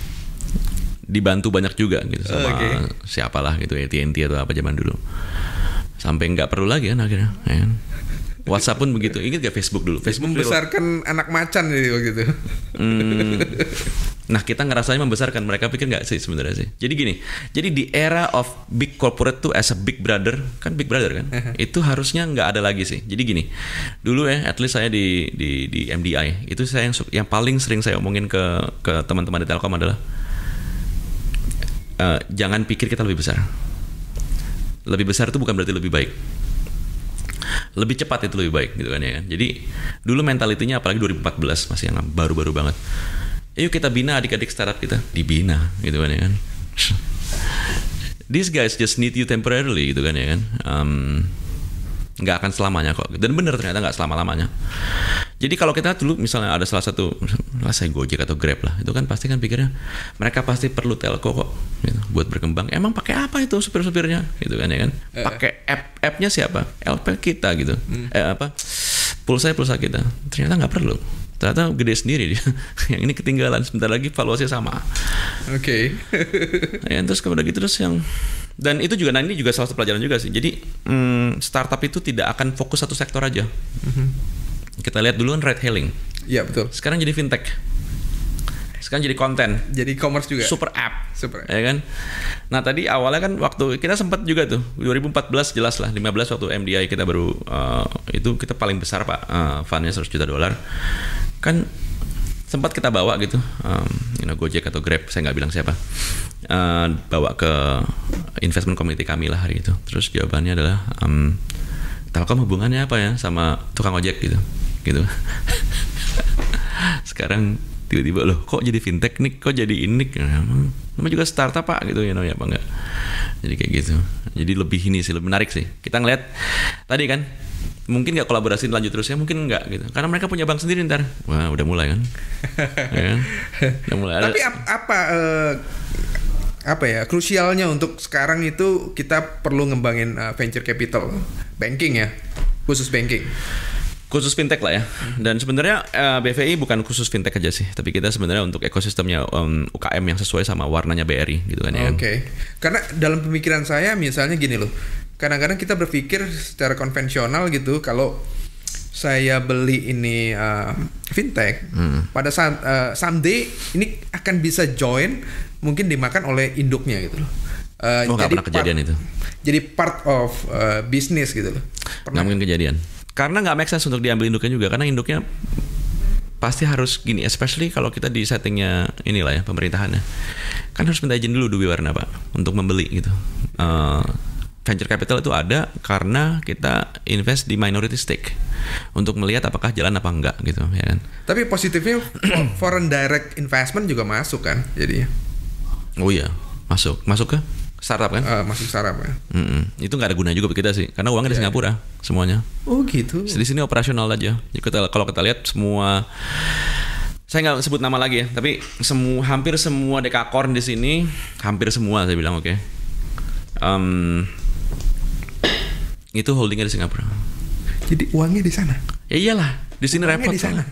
dibantu banyak juga gitu sama okay. siapalah gitu, A T and T atau apa zaman dulu. Sampai nggak perlu lagi kan akhirnya. Ya kan? WhatsApp pun begitu. Ingat gak Facebook dulu? Facebook membesarkan real. Anak macan gitu gitu. Hmm, nah kita ngerasanya membesarkan, mereka pikir nggak sih sebenarnya sih. Jadi gini, jadi di era of big corporate tuh as a big brother, kan big brother kan, itu harusnya nggak ada lagi sih. Jadi gini, dulu ya, at least saya di di di M D I itu saya yang yang paling sering saya omongin ke ke teman-teman di Telkom adalah uh, jangan pikir kita lebih besar. Lebih besar itu bukan berarti lebih baik. Lebih cepat itu lebih baik gitu kan ya kan. Jadi dulu mentalitinya apalagi dua ribu empat belas masih yang baru-baru banget. Yuk kita bina adik-adik startup kita, dibina gitu kan ya kan. These guys just need you temporarily gitu kan ya kan. Um, nggak akan selamanya kok. Dan benar ternyata nggak selama-lamanya. Jadi kalau kita dulu misalnya ada salah satu, lah saya Gojek atau Grab lah, itu kan pasti kan pikirnya mereka pasti perlu telco kok gitu, buat berkembang. Emang pakai apa itu supir-supirnya gitu kan ya kan? Pakai app, app-nya siapa? L P kita gitu. Hmm. Eh apa? Pulsa-pulsa kita. Ternyata nggak perlu. Ternyata gede sendiri dia. Yang ini ketinggalan, sebentar lagi valuasinya sama. Oke. Okay. Ya, terus kemudian gitu terus yang dan itu juga, nah ini juga salah satu pelajaran juga sih. Jadi hmm, startup itu tidak akan fokus satu sektor aja. Mm-hmm. Kita lihat dulu kan ride hailing. Iya betul. Sekarang jadi fintech. Sekarang jadi konten. Jadi e-commerce juga. Super app. Super. Ya kan. Nah tadi awalnya kan waktu kita sempat juga tuh dua ribu empat belas jelas lah, lima belas waktu M D I kita baru uh, itu kita paling besar pak, uh, fundnya seratus juta dolar. Kan sempat kita bawa gitu um, you know, Gojek atau Grab, saya nggak bilang siapa, uh, bawa ke investment community kami lah hari itu. Terus jawabannya adalah um, Telkom hubungannya apa ya sama tukang ojek gitu, gitu. Sekarang tiba-tiba loh, kok jadi fintech nih, kok jadi ini, namanya juga startup pak gitu, you know, ya apa enggak? Jadi kayak gitu. Jadi lebih ini sih, lebih menarik sih. Kita ngeliat tadi kan, mungkin nggak kolaborasi lanjut terus ya, mungkin nggak gitu. Karena mereka punya bank sendiri ntar. Wah udah mulai kan? Ya kan? Udah mulai. Tapi ap- apa uh, apa ya krusialnya untuk sekarang itu kita perlu ngembangin uh, venture capital, banking ya, khusus banking. Khusus fintech lah ya. Dan sebenarnya uh, B V I bukan khusus fintech aja sih, tapi kita sebenarnya untuk ekosistemnya um, U K M yang sesuai sama warnanya B R I gitu kan ya. Oke. Okay. Karena dalam pemikiran saya misalnya gini loh. Kadang-kadang kita berpikir secara konvensional gitu, kalau saya beli ini uh, fintech, hmm. pada saat uh, someday ini akan bisa join, mungkin dimakan oleh induknya gitu loh. Uh, oh, nggak pernah kejadian part, itu. Jadi part of uh, bisnis gitu loh. Nggak mungkin kejadian. Karena nggak make sense untuk diambil induknya juga, karena induknya pasti harus gini, especially kalau kita di settingnya inilah ya pemerintahannya, kan harus minta izin dulu Dubi Warna pak untuk membeli gitu. Uh, venture capital itu ada karena kita invest di minority stake untuk melihat apakah jalan apa enggak gitu ya kan. Tapi positifnya foreign direct investment juga masuk kan jadinya. Oh iya masuk masuk ke startup kan? Uh, masuk startup ya. Mm-mm. Itu nggak ada gunanya juga bagi kita sih, karena uangnya yeah. di Singapura semuanya. Oh gitu. Di sini operasional aja. Jadi kita, kalau kita lihat semua, saya nggak sebut nama lagi ya, tapi semua hampir semua dekakorn di sini, hampir semua saya bilang oke. Okay. Um, itu holdingnya di Singapura. Jadi uangnya di sana. Ya iyalah, di sini repot. Di sana.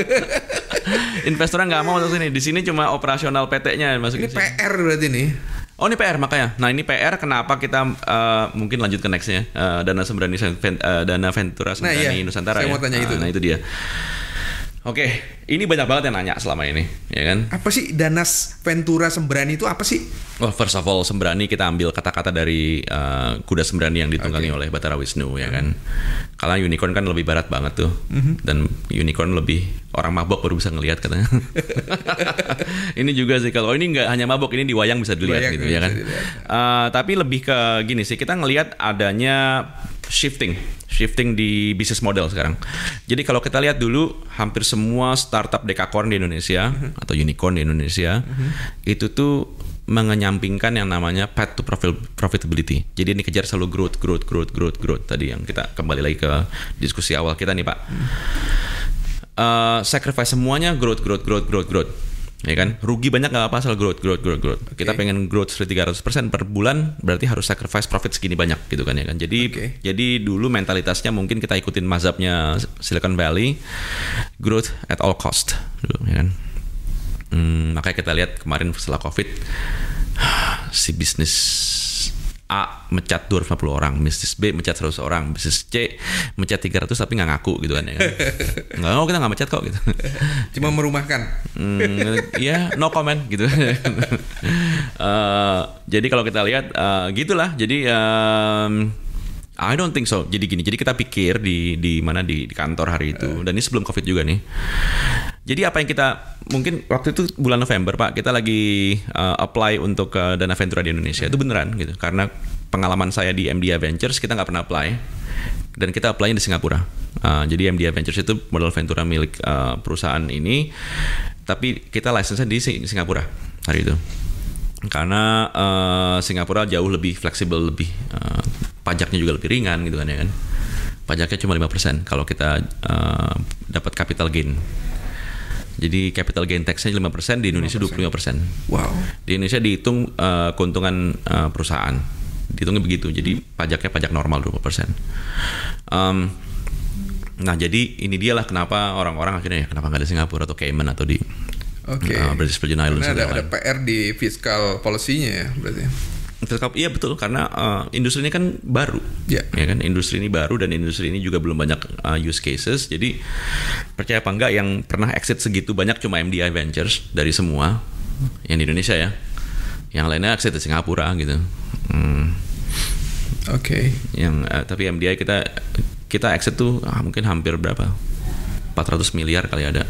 Investornya nggak mau masuk sini. Di sini cuma operasional P T-nya masuk. Ini P R berarti nih. Oh ini P R makanya. Nah ini P R kenapa kita uh, mungkin lanjut ke nextnya uh, dana Sembrani uh, dana Ventura Sembrani nah, iya. Nusantara. Saya ya. mau tanya nah, itu. Nah itu dia. Oke, ini banyak banget yang nanya selama ini, ya kan? Apa sih Danas Ventura Sembrani itu apa sih? Oh, first of all, Sembrani kita ambil kata-kata dari uh, kuda Sembrani yang ditunggangi okay. oleh Bathara Wisnu, ya kan? Mm-hmm. Karena unicorn kan lebih barat banget tuh, mm-hmm. dan unicorn lebih orang mabok baru bisa ngelihat katanya. Ini juga sih, kalau ini nggak hanya mabok, ini di wayang bisa dilihat gitu, ya kan? Uh, tapi lebih ke gini sih, kita ngelihat adanya shifting shifting di bisnis model sekarang. Jadi kalau kita lihat dulu hampir semua startup dekakorn di Indonesia uh-huh. atau unicorn di Indonesia uh-huh. itu tuh mengenyampingkan yang namanya path to profitability. Jadi ini kejar selalu growth, growth, growth, growth, growth. Tadi yang kita kembali lagi ke diskusi awal kita nih Pak. Uh-huh. Uh, sacrifice semuanya growth, growth, growth, growth, growth. Ya kan, rugi banyak nggak apa-apa asal growth, growth, growth, growth. Okay. Kita pengen growth tiga ratus persen per bulan, berarti harus sacrifice profit segini banyak gitu kan ya kan. Jadi okay. jadi dulu mentalitasnya mungkin kita ikutin mazhabnya Silicon Valley, growth at all cost, dulu, ya kan. Hmm, makanya kita lihat kemarin setelah COVID, si bisnis A mencat dua ratus lima puluh orang, bisnis B mencat seratus orang, bisnis C mencat tiga ratus tapi nggak ngaku gitu kan ya kan. Nggak, oh kita nggak mencat kok gitu. Cuma merumahkan. hmm, ya no comment gitu. uh, jadi kalau kita lihat uh, gitulah. Jadi um, I don't think so. Jadi gini, jadi kita pikir di di mana di, di kantor hari itu, dan ini sebelum COVID juga nih. Jadi apa yang kita mungkin waktu itu bulan November Pak, kita lagi uh, apply untuk uh, dana Ventura di Indonesia itu beneran gitu. Karena pengalaman saya di M D A Ventures kita nggak pernah apply, dan kita apply di Singapura. Uh, jadi M D A Ventures itu modal Ventura milik uh, perusahaan ini, tapi kita license di, di Singapura hari itu. Karena uh, Singapura jauh lebih fleksibel, lebih uh, pajaknya juga lebih ringan gitu kan ya kan. Pajaknya cuma lima persen kalau kita uh, dapat capital gain. Jadi capital gain tax-nya lima persen, di Indonesia dua puluh lima persen. Wow. Di Indonesia dihitung uh, keuntungan uh, perusahaan. Dihitungnya begitu. Jadi pajaknya pajak normal dua puluh persen. Um, nah, jadi ini dialah kenapa orang-orang akhirnya ya kenapa nggak di Singapura atau Cayman atau di okay. uh, British Virgin Islands. Karena ada, ada P R di fiscal policy-nya ya berarti. Iya betul, karena uh, industri ini kan baru, yeah. ya kan, industri ini baru dan industri ini juga belum banyak uh, use cases. Jadi percaya apa enggak yang pernah exit segitu banyak cuma M D I Ventures dari semua yang di Indonesia ya, yang lainnya exit di Singapura gitu. Hmm. Oke. Okay. Yang uh, tapi M D I kita kita exit tuh ah, mungkin hampir berapa? empat ratus miliar kali ada.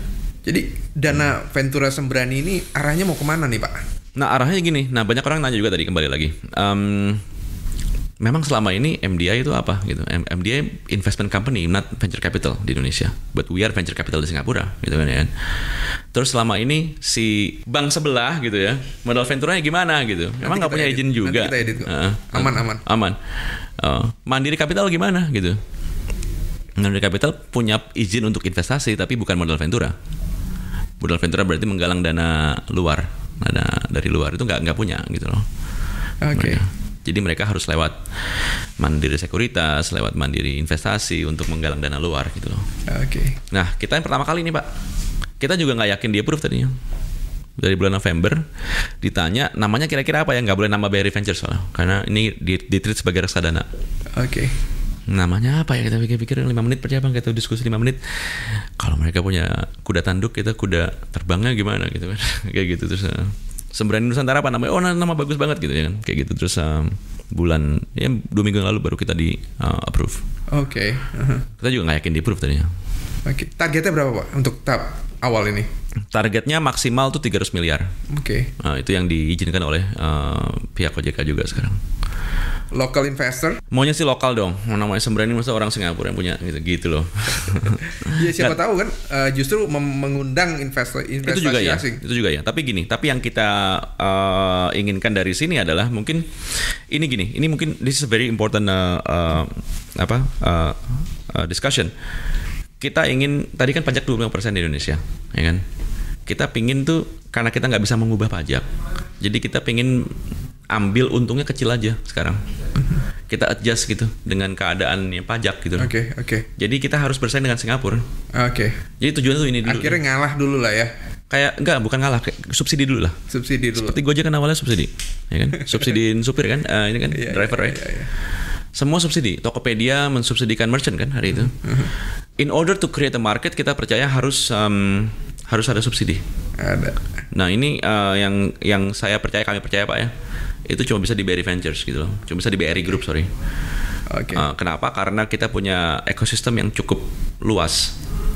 Jadi dana Ventura Sembrani ini arahnya mau kemana nih Pak? Nah arahnya gini, nah banyak orang nanya juga tadi kembali lagi. Um, memang selama ini M D I itu apa gitu? M D I investment company, not venture capital di Indonesia, but we are venture capital di Singapura, gitu kan ya. Terus selama ini si bank sebelah gitu ya, modal venturanya gimana gitu? Memang nggak punya edit. izin juga. Nanti kita edit kok. Uh, aman aman. Aman. Uh, Mandiri Capital gimana gitu? Mandiri Capital punya izin untuk investasi, tapi bukan modal ventura. Modal ventura berarti menggalang dana luar, dana dari luar itu nggak nggak punya gitu loh. Oke. Okay. Jadi mereka harus lewat Mandiri Sekuritas, lewat Mandiri Investasi untuk menggalang dana luar gitu loh. Oke. Okay. Nah kita yang pertama kali nih Pak, kita juga nggak yakin dia approve tadinya. Dari bulan November ditanya namanya kira-kira apa ya, nggak boleh nama B R I Ventures soalnya, karena ini ditreat sebagai reksadana. Oke. Okay. Namanya apa ya, kita pikir-pikir lima menit percaya Bang, kita diskusi lima menit. Kalau mereka punya kuda tanduk, kita kuda terbangnya gimana gitu kan. Kayak gitu terus uh, Sembrani Nusantara apa namanya? Oh nama bagus banget gitu ya kan. Kayak gitu terus um, bulan ya dua minggu yang lalu baru kita di uh, approve. Oke. Okay. Uh-huh. Kita juga nggak yakin di approve tadinya. Oke. Okay. Targetnya berapa Pak untuk tahap awal ini? Targetnya maksimal tuh tiga ratus miliar. Oke. Okay. Nah, itu yang diizinkan oleh uh, pihak O J K juga sekarang. Local investor? Maunya sih lokal dong. Namanya Sembrani masa orang Singapura yang punya gitu, gitu loh. Ya siapa nah, tahu kan uh, justru mengundang investor investasi itu juga ya, asing. Itu juga ya. Tapi gini, tapi yang kita uh, inginkan dari sini adalah mungkin ini gini. Ini mungkin this is a very important uh, uh, apa uh, uh, discussion. Kita ingin tadi kan pajak dua puluh lima persen di Indonesia, ya kan? Kita pingin tuh karena kita nggak bisa mengubah pajak. Jadi kita pingin ambil untungnya kecil aja sekarang. Kita adjust gitu dengan keadaannya pajak gitu. Oke, okay, oke. Okay. Jadi kita harus bersaing dengan Singapura. Oke. Okay. Jadi tujuannya tuh ini dulu. Akhirnya nih. ngalah dulu lah ya. Kayak enggak, bukan ngalah, kayak subsidi dulu lah. Subsidi dulu. Seperti Gojek kan awalnya subsidi, ya kan? Subsidiin supir kan, uh, ini kan yeah, driver yeah, ya. yeah, yeah. Semua subsidi. Tokopedia mensubsidikan merchant kan hari itu. In order to create a market, kita percaya harus um, harus ada subsidi. Ada. Nah ini uh, yang yang saya percaya, kami percaya Pak ya, itu cuma bisa di B R I Ventures gitu loh, cuma bisa di B R I Group, sorry. Oke. Okay. Uh, kenapa? Karena kita punya ekosistem yang cukup luas,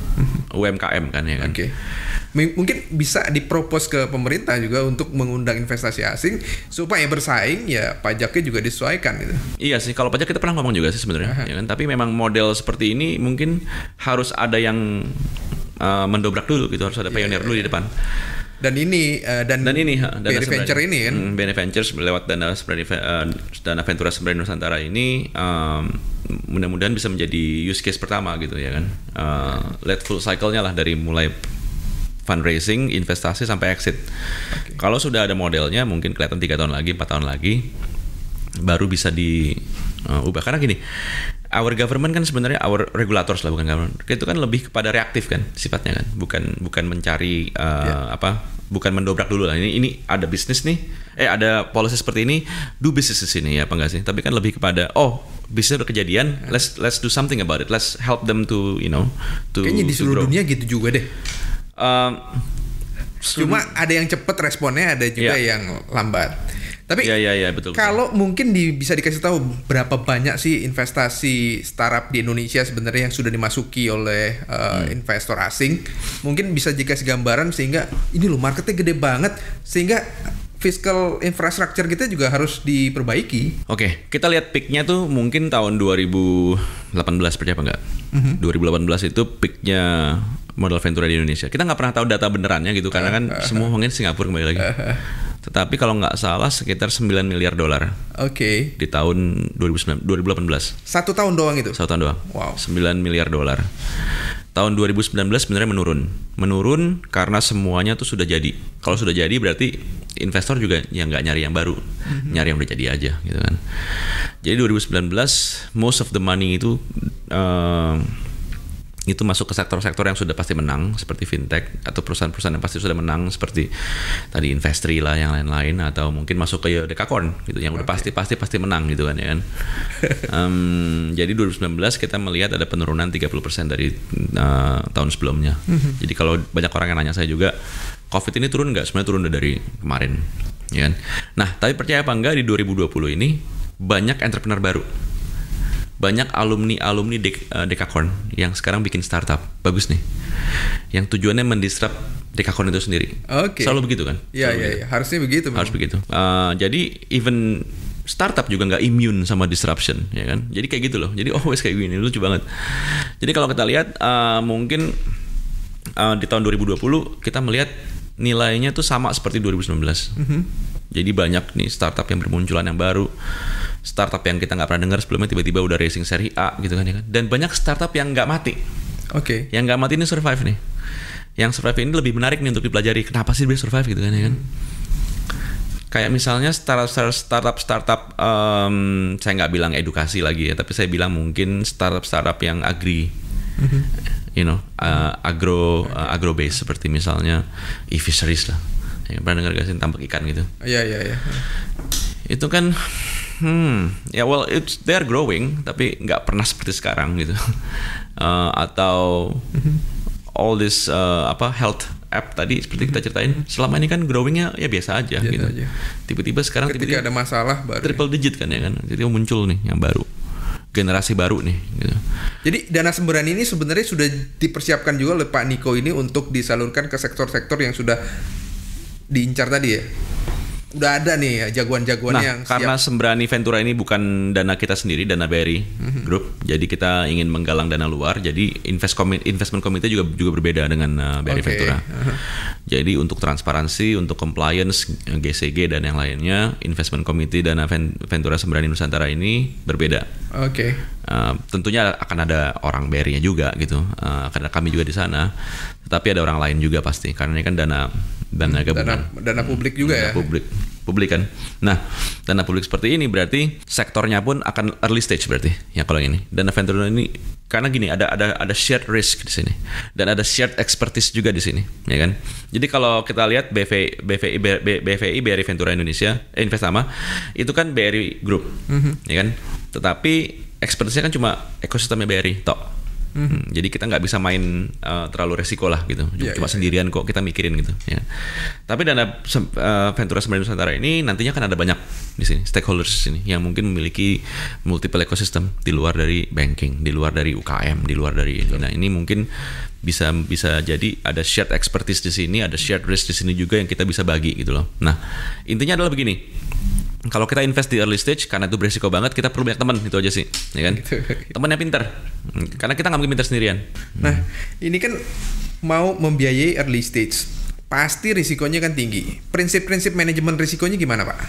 U M K M kan ya kan. Oke. Okay. M- mungkin bisa dipropos ke pemerintah juga untuk mengundang investasi asing supaya bersaing, ya pajaknya juga disesuaikan gitu. Iya sih, kalau pajak kita pernah ngomong juga sih sebenarnya, ya kan. Tapi memang model seperti ini mungkin harus ada yang uh, mendobrak dulu gitu, harus ada pioneer yeah, dulu yeah. di depan. Dan ini uh, dan, dan ini dana B R I Venture ini kan, hmm, B R I Ventures lewat dana Sembrani, uh, dana Ventura Sembrani Nusantara ini um, mudah-mudahan bisa menjadi use case pertama gitu ya kan. Uh, let full cycle-nya lah dari mulai fundraising, investasi sampai exit. Okay. Kalau sudah ada modelnya mungkin kelihatan tiga tahun lagi, empat tahun lagi baru bisa diubah. Uh, karena gini, our government kan sebenarnya our regulators lah, bukan government. Itu kan lebih kepada reaktif kan sifatnya kan, bukan bukan mencari uh, yeah. apa, bukan mendobrak dulu lah. Ini ini ada bisnis nih, eh ada policy seperti ini, do business di sini ya apa enggak sih? Tapi kan lebih kepada oh bisnis udah kejadian, yeah. let's let's do something about it, let's help them to you know to. Kayaknya di seluruh dunia gitu juga deh. Um, Cuma ada yang cepet responnya, ada juga yeah. yang lambat. Tapi ya, ya, ya, betul, kalau betul. mungkin di, bisa dikasih tahu berapa banyak sih investasi startup di Indonesia sebenarnya yang sudah dimasuki oleh uh, hmm. investor asing, mungkin bisa dikasih gambaran sehingga ini loh marketnya gede banget sehingga fiscal infrastructure kita juga harus diperbaiki. Oke, kita lihat peaknya tuh mungkin tahun dua ribu delapan belas, percaya apa enggak? Mm-hmm. dua ribu delapan belas itu peaknya modal ventura di Indonesia. Kita nggak pernah tahu data benerannya gitu karena kan uh, uh, semua ngomongin Singapura kembali lagi. Uh, uh. Tetapi kalau nggak salah sekitar sembilan miliar dolar. Oke. Okay. Di tahun dua ribu delapan belas. Satu tahun doang itu? Satu tahun doang. Wow. sembilan miliar dolar. Tahun dua ribu sembilan belas sebenarnya menurun. Menurun karena semuanya tuh sudah jadi. Kalau sudah jadi berarti investor juga yang nggak nyari yang baru. Mm-hmm. Nyari yang udah jadi aja gitu kan. Jadi dua ribu sembilan belas most of the money itu uh, itu masuk ke sektor-sektor yang sudah pasti menang seperti fintech atau perusahaan-perusahaan yang pasti sudah menang seperti tadi Investri lah yang lain-lain, atau mungkin masuk ke Dekakorn gitu yang udah pasti pasti pasti menang gitu kan ya kan. um, jadi dua ribu sembilan belas kita melihat ada penurunan tiga puluh persen dari uh, tahun sebelumnya. Mm-hmm. Jadi kalau banyak orang yang nanya saya juga, Covid ini turun nggak? Sebenarnya turun dari kemarin ya kan. Nah tapi percaya apa enggak, di dua ribu dua puluh ini banyak entrepreneur baru. banyak alumni-alumni Dek, uh, Dekakorn yang sekarang bikin startup. Bagus nih. Yang tujuannya mendisrupt Dekakorn itu sendiri. Oke. Okay. Selalu begitu kan? Iya, iya, iya. Harusnya begitu. Harus memang. begitu. Uh, jadi even startup juga nggak immune sama disruption, ya kan? Jadi kayak gitu loh. Jadi always kayak gini, lucu banget. Jadi kalau kita lihat uh, mungkin uh, di tahun dua ribu dua puluh kita melihat nilainya tuh sama seperti dua ribu sembilan belas. Mm-hmm. Jadi banyak nih startup yang bermunculan yang baru, startup yang kita nggak pernah dengar sebelumnya tiba-tiba udah raising seri A gitu kan, ya kan? Dan banyak startup yang nggak mati. Oke. Okay. Yang nggak mati ini survive nih. Yang survive ini lebih menarik nih untuk dipelajari. Kenapa sih dia survive gitu kan, ya kan? Mm. Kayak misalnya startup startup startup um, saya nggak bilang edukasi lagi ya, tapi saya bilang mungkin startup startup yang agri, mm-hmm. you know, uh, agro uh, agro base seperti misalnya e-fisheries lah. Ya, pernah dengar gak sih tambak ikan gitu? Iya iya iya. Itu kan, hmm, ya well it's they're growing tapi nggak pernah seperti sekarang gitu. uh, atau mm-hmm. all this uh, apa health app tadi seperti kita ceritain, selama ini kan growingnya ya biasa aja biasa gitu. Aja. Tiba-tiba sekarang ketika tiba-tiba ada masalah baru triple digit kan ya kan, jadi muncul nih yang baru, generasi baru nih. Gitu. Jadi dana semburan ini sebenarnya sudah dipersiapkan juga oleh Pak Niko ini untuk disalurkan ke sektor-sektor yang sudah diincar tadi ya. Udah ada nih ya jagoan-jagoan nah, yang karena siap. Sembrani Ventura ini bukan dana kita sendiri, dana B R I mm-hmm. Group. Jadi kita ingin menggalang dana luar. Jadi invest komi- investment committee juga juga berbeda dengan uh, B R I okay. Ventura. Uh-huh. Jadi untuk transparansi, untuk compliance, G C G dan yang lainnya, investment committee dana Ventura Sembrani Nusantara ini berbeda. Oke. Okay. Uh, tentunya akan ada orang B R I-nya juga gitu. Uh, akan ada kami juga di sana. Tetapi ada orang lain juga pasti karena ini kan dana dana gabungan. Dana, dana publik juga dana ya. Publik. Publik kan. Nah, dana publik seperti ini berarti sektornya pun akan early stage berarti. Ya kalau ini. Dana Ventura ini karena gini ada ada ada shared risk di sini dan ada shared expertise juga di sini, ya kan. Jadi kalau kita lihat B V B V I B V I B R I Ventura Indonesia, eh, Investama itu kan B R I Group, mm-hmm. ya kan. Tetapi expertise-nya kan cuma ekosistemnya B R I, tok. Hmm, jadi kita nggak bisa main uh, terlalu resiko lah gitu, yeah, cuma yeah, sendirian yeah. kok kita mikirin gitu. Ya. Tapi dana uh, Ventura Sembrani Nusantara ini nantinya kan ada banyak di sini stakeholders di sini yang mungkin memiliki multiple ekosistem di luar dari banking, di luar dari U K M, di luar dari ini. Nah ini mungkin bisa bisa jadi ada shared expertise di sini, ada shared risk di sini juga yang kita bisa bagi gitu loh. Nah intinya adalah begini. Kalau kita invest di early stage karena itu beresiko banget, kita perlu banyak teman, itu aja sih, ya kan? Gitu. Teman yang pintar, karena kita nggak mungkin pintar sendirian. Nah, ini kan mau membiayai early stage, pasti risikonya kan tinggi. Prinsip-prinsip manajemen risikonya gimana, Pak?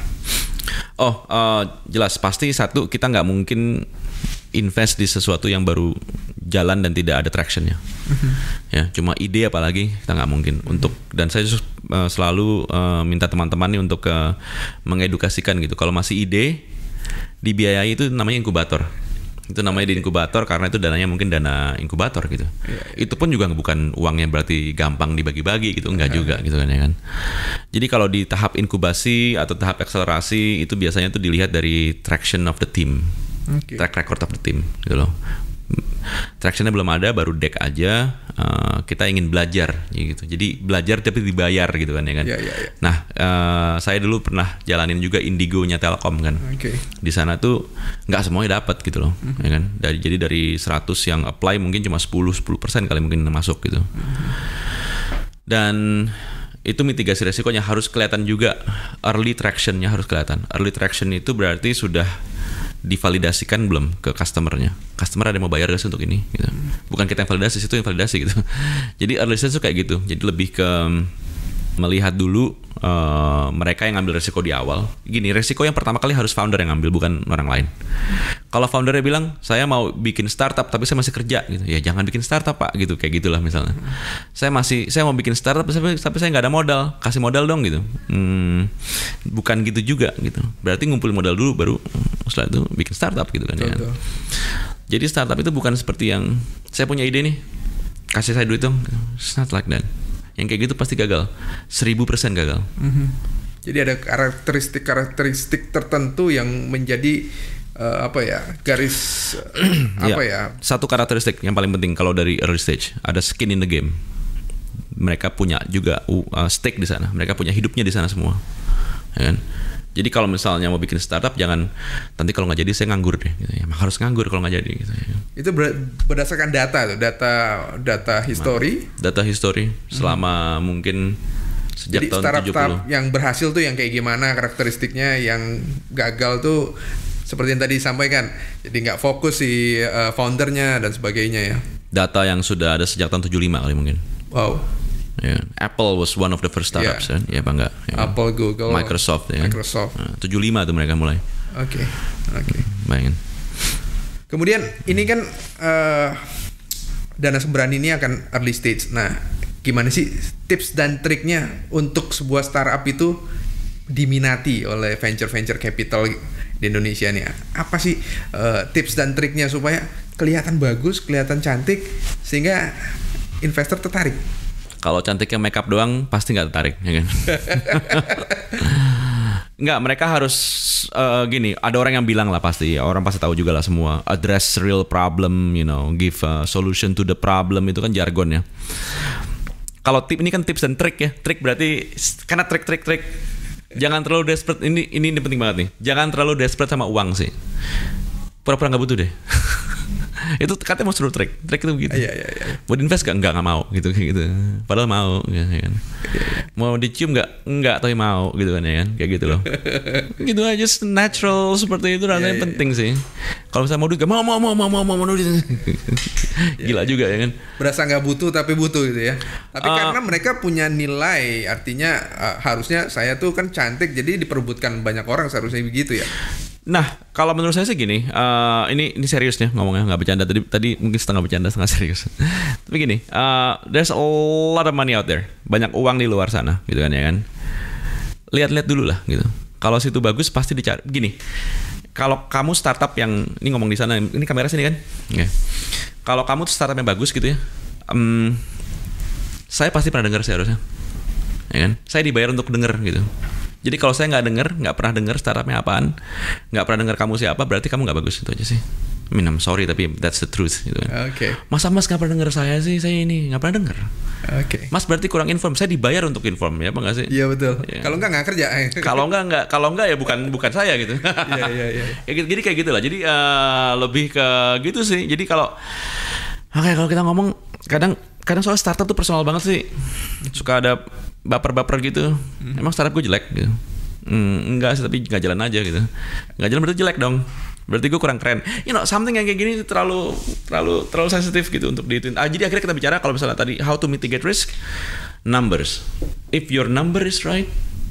Oh, uh, jelas pasti satu kita nggak mungkin invest di sesuatu yang baru jalan dan tidak ada tractionnya. Mm-hmm. Ya, cuma ide apalagi kita nggak mungkin mm-hmm. untuk dan saya uh, selalu uh, minta teman-teman nih untuk uh, mengedukasikan gitu. Kalau masih ide dibiayai itu namanya inkubator. Itu namanya di inkubator karena itu dananya mungkin dana inkubator gitu. Yeah, yeah. Itu pun juga bukan uangnya berarti gampang dibagi-bagi gitu, enggak juga gitu kan ya kan. Jadi kalau di tahap inkubasi atau tahap akselerasi itu biasanya tuh dilihat dari traction of the team. Okay. Track record of the team gitu loh. Tractionnya belum ada, baru deck aja. Uh, kita ingin belajar gitu. Jadi belajar tapi dibayar gitu kan ya kan. Yeah, yeah, yeah. Nah, uh, saya dulu pernah jalanin juga Indigo-nya Telkom kan. Okay. Di sana tuh nggak semuanya dapat gitu loh, mm-hmm. ya kan. Dari jadi dari seratus yang apply mungkin cuma sepuluh persen kali mungkin masuk gitu. Mm-hmm. Dan itu mitigasi resikonya harus kelihatan juga, early traction-nya harus kelihatan. Early traction itu berarti sudah divalidasikan belum ke customer-nya. Customer ada yang mau bayar gak sih untuk ini gitu. Bukan kita yang validasi, itu yang validasi gitu. Jadi early stage itu kayak gitu. Jadi lebih ke melihat dulu uh, mereka yang ngambil resiko di awal. Gini, resiko yang pertama kali harus founder yang ngambil, bukan orang lain. Kalau foundernya bilang, saya mau bikin startup tapi saya masih kerja gitu. Ya jangan bikin startup Pak gitu, kayak gitulah misalnya. Saya masih saya mau bikin startup tapi, tapi saya nggak ada modal, kasih modal dong gitu. Hmm, bukan gitu juga gitu. Berarti ngumpulin modal dulu baru setelah itu bikin startup gitu kan. Ya. Jadi startup itu bukan seperti yang saya punya ide nih, kasih saya duit dong. It's not like that. Yang kayak gitu pasti gagal, seribu persen gagal. Mm-hmm. Jadi ada karakteristik-karakteristik tertentu yang menjadi uh, apa ya garis uh, apa ya? Satu karakteristik yang paling penting kalau dari early stage ada skin in the game. Mereka punya juga uh, stake di sana, mereka punya hidupnya di sana semua, ya kan? Jadi kalau misalnya mau bikin startup jangan nanti kalau nggak jadi saya nganggur deh. Gitu. Ya, harus nganggur kalau nggak jadi. Gitu. Itu ber- berdasarkan data tuh, data data history. Data history selama hmm. mungkin sejak jadi tahun startup tujuh puluh. Yang berhasil tuh yang kayak gimana karakteristiknya, yang gagal tuh seperti yang tadi disampaikan. Jadi nggak fokus si uh, foundernya dan sebagainya ya. Data yang sudah ada sejak tahun tujuh puluh lima kali mungkin. Wow. Yeah. Apple was one of the first startups yeah. kan, ya bangga. Ya. Apple, Google, Microsoft, ya. Microsoft. Nah, tujuh puluh lima tuh mereka mulai. Oke, okay. oke. Okay. Bayangin. Kemudian ini kan uh, Dana Sembrani ini akan early stage. Nah, gimana sih tips dan triknya untuk sebuah startup itu diminati oleh venture-venture capital di Indonesia nih? Apa sih uh, tips dan triknya supaya kelihatan bagus, kelihatan cantik, sehingga investor tertarik? Kalau cantiknya makeup doang pasti nggak tertarik, ya kan? Nggak, mereka harus uh, gini. Ada orang yang bilang lah pasti, orang pasti tahu juga lah semua. Address real problem, you know, give a solution to the problem, itu kan jargon ya. Kalau tip ini kan tips dan trik ya. Trik berarti karena trik-trik-trik. Jangan terlalu desperate. Ini ini, ini penting banget nih. Jangan terlalu desperate sama uang sih. Pura-pura nggak butuh deh. Itu katanya mau suruh trik, trik itu begitu. Iya, iya, iya. Mau invest gak? Enggak, gak mau gitu kayak gitu. Padahal mau, ya kan. Mau dicium nggak? Enggak, tapi mau gitu kan ya kan, kayak gitu loh. Gitu aja, natural seperti itu rasanya yeah, penting yeah. sih. Kalau misalnya mau duit, mau mau mau mau mau mau mau duit. Gila juga ya kan. Berasa nggak butuh tapi butuh gitu ya. Tapi uh, karena mereka punya nilai, artinya uh, harusnya saya tuh kan cantik, jadi diperebutkan banyak orang, seharusnya begitu ya. Nah, kalau menurut saya sih gini, uh, ini ini serius nih ngomongnya, nggak bercanda. Tadi tadi mungkin setengah bercanda, setengah serius. Tapi gini, uh, there's a lot of money out there, banyak uang di luar sana, gitu kan ya kan. Lihat-lihat dulu lah, gitu. Kalau situ bagus pasti dicari. Gini, kalau kamu startup yang ini ngomong di sana, ini kamera sini kan. Yeah. Kalau kamu tuh startup yang bagus gitu ya, um, saya pasti pernah dengar sih harusnya, ya kan. Saya dibayar untuk denger gitu. Jadi kalau saya nggak dengar, nggak pernah dengar startupnya apaan, nggak pernah dengar kamu siapa, berarti kamu nggak bagus, itu aja sih. I mean, I'm sorry tapi that's the truth gitu kan. Oke. Okay. Masa Mas nggak pernah dengar saya sih, saya ini nggak pernah dengar. Oke. Okay. Mas berarti kurang inform. Saya dibayar untuk inform ya, apa nggak sih? Iya betul. Ya. Kalau nggak nggak kerja. Kalau nggak nggak, kalau nggak ya bukan bukan saya gitu. Iya iya iya. Jadi kayak gitulah. Jadi uh, lebih ke gitu sih. Jadi kalau oke okay, kalau kita ngomong kadang kadang soal startup tuh personal banget sih. Suka ada baper-baper gitu. Hmm. Emang startup gue jelek gitu. Hmm, enggak sih, tapi nggak jalan aja gitu. Nggak jalan berarti jelek dong. Berarti gue kurang keren. You know, something yang kayak gini terlalu terlalu terlalu sensitif gitu untuk diituin. Ah, jadi akhirnya kita bicara kalau misalnya tadi how to mitigate risk, numbers. If your number is right,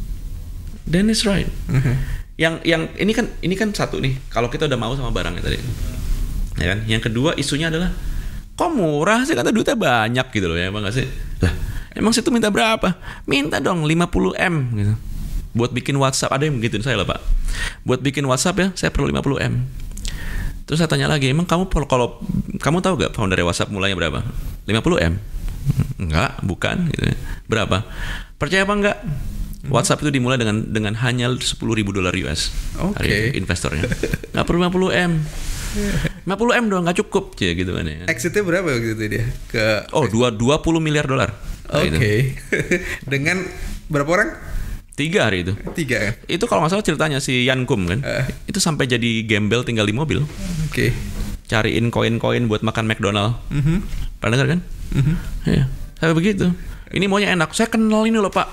then it's right. Mm-hmm. Yang yang ini kan ini kan satu nih. Kalau kita udah mau sama barangnya tadi, ya kan. Yang kedua isunya adalah kok murah sih, kata duitnya banyak gitu loh ya, emang nggak sih? Lah, emang situ minta berapa? Minta dong lima puluh M gitu. Buat bikin WhatsApp, ada yang begituin saya lah Pak. Buat bikin WhatsApp ya, saya perlu lima puluh M. Terus saya tanya lagi, emang kamu kalau kamu tahu gak founder WhatsApp mulainya berapa? lima puluh M? Enggak, bukan gitu ya. Berapa? Percaya apa enggak? WhatsApp itu dimulai dengan dengan hanya sepuluh ribu dolar U S. Oke. Okay. Investornya. Enggak perlu lima puluh M. lima puluh M doang enggak cukup, ya gitu kan ya. Exitnya berapa gitu dia? Ke Oh, dua puluh miliar dolar. Oke. Okay. Dengan berapa orang? Tiga hari itu. Tiga kan? Itu kalau nggak salah ceritanya si Yan Kum kan. Uh. Itu sampai jadi gembel tinggal di mobil. Oke. Okay. Cariin koin-koin buat makan McDonald. Mm-hmm. Pernah dengar kan? Mm-hmm. Ya. Saya begitu. Ini maunya enak. Saya kenal ini loh Pak.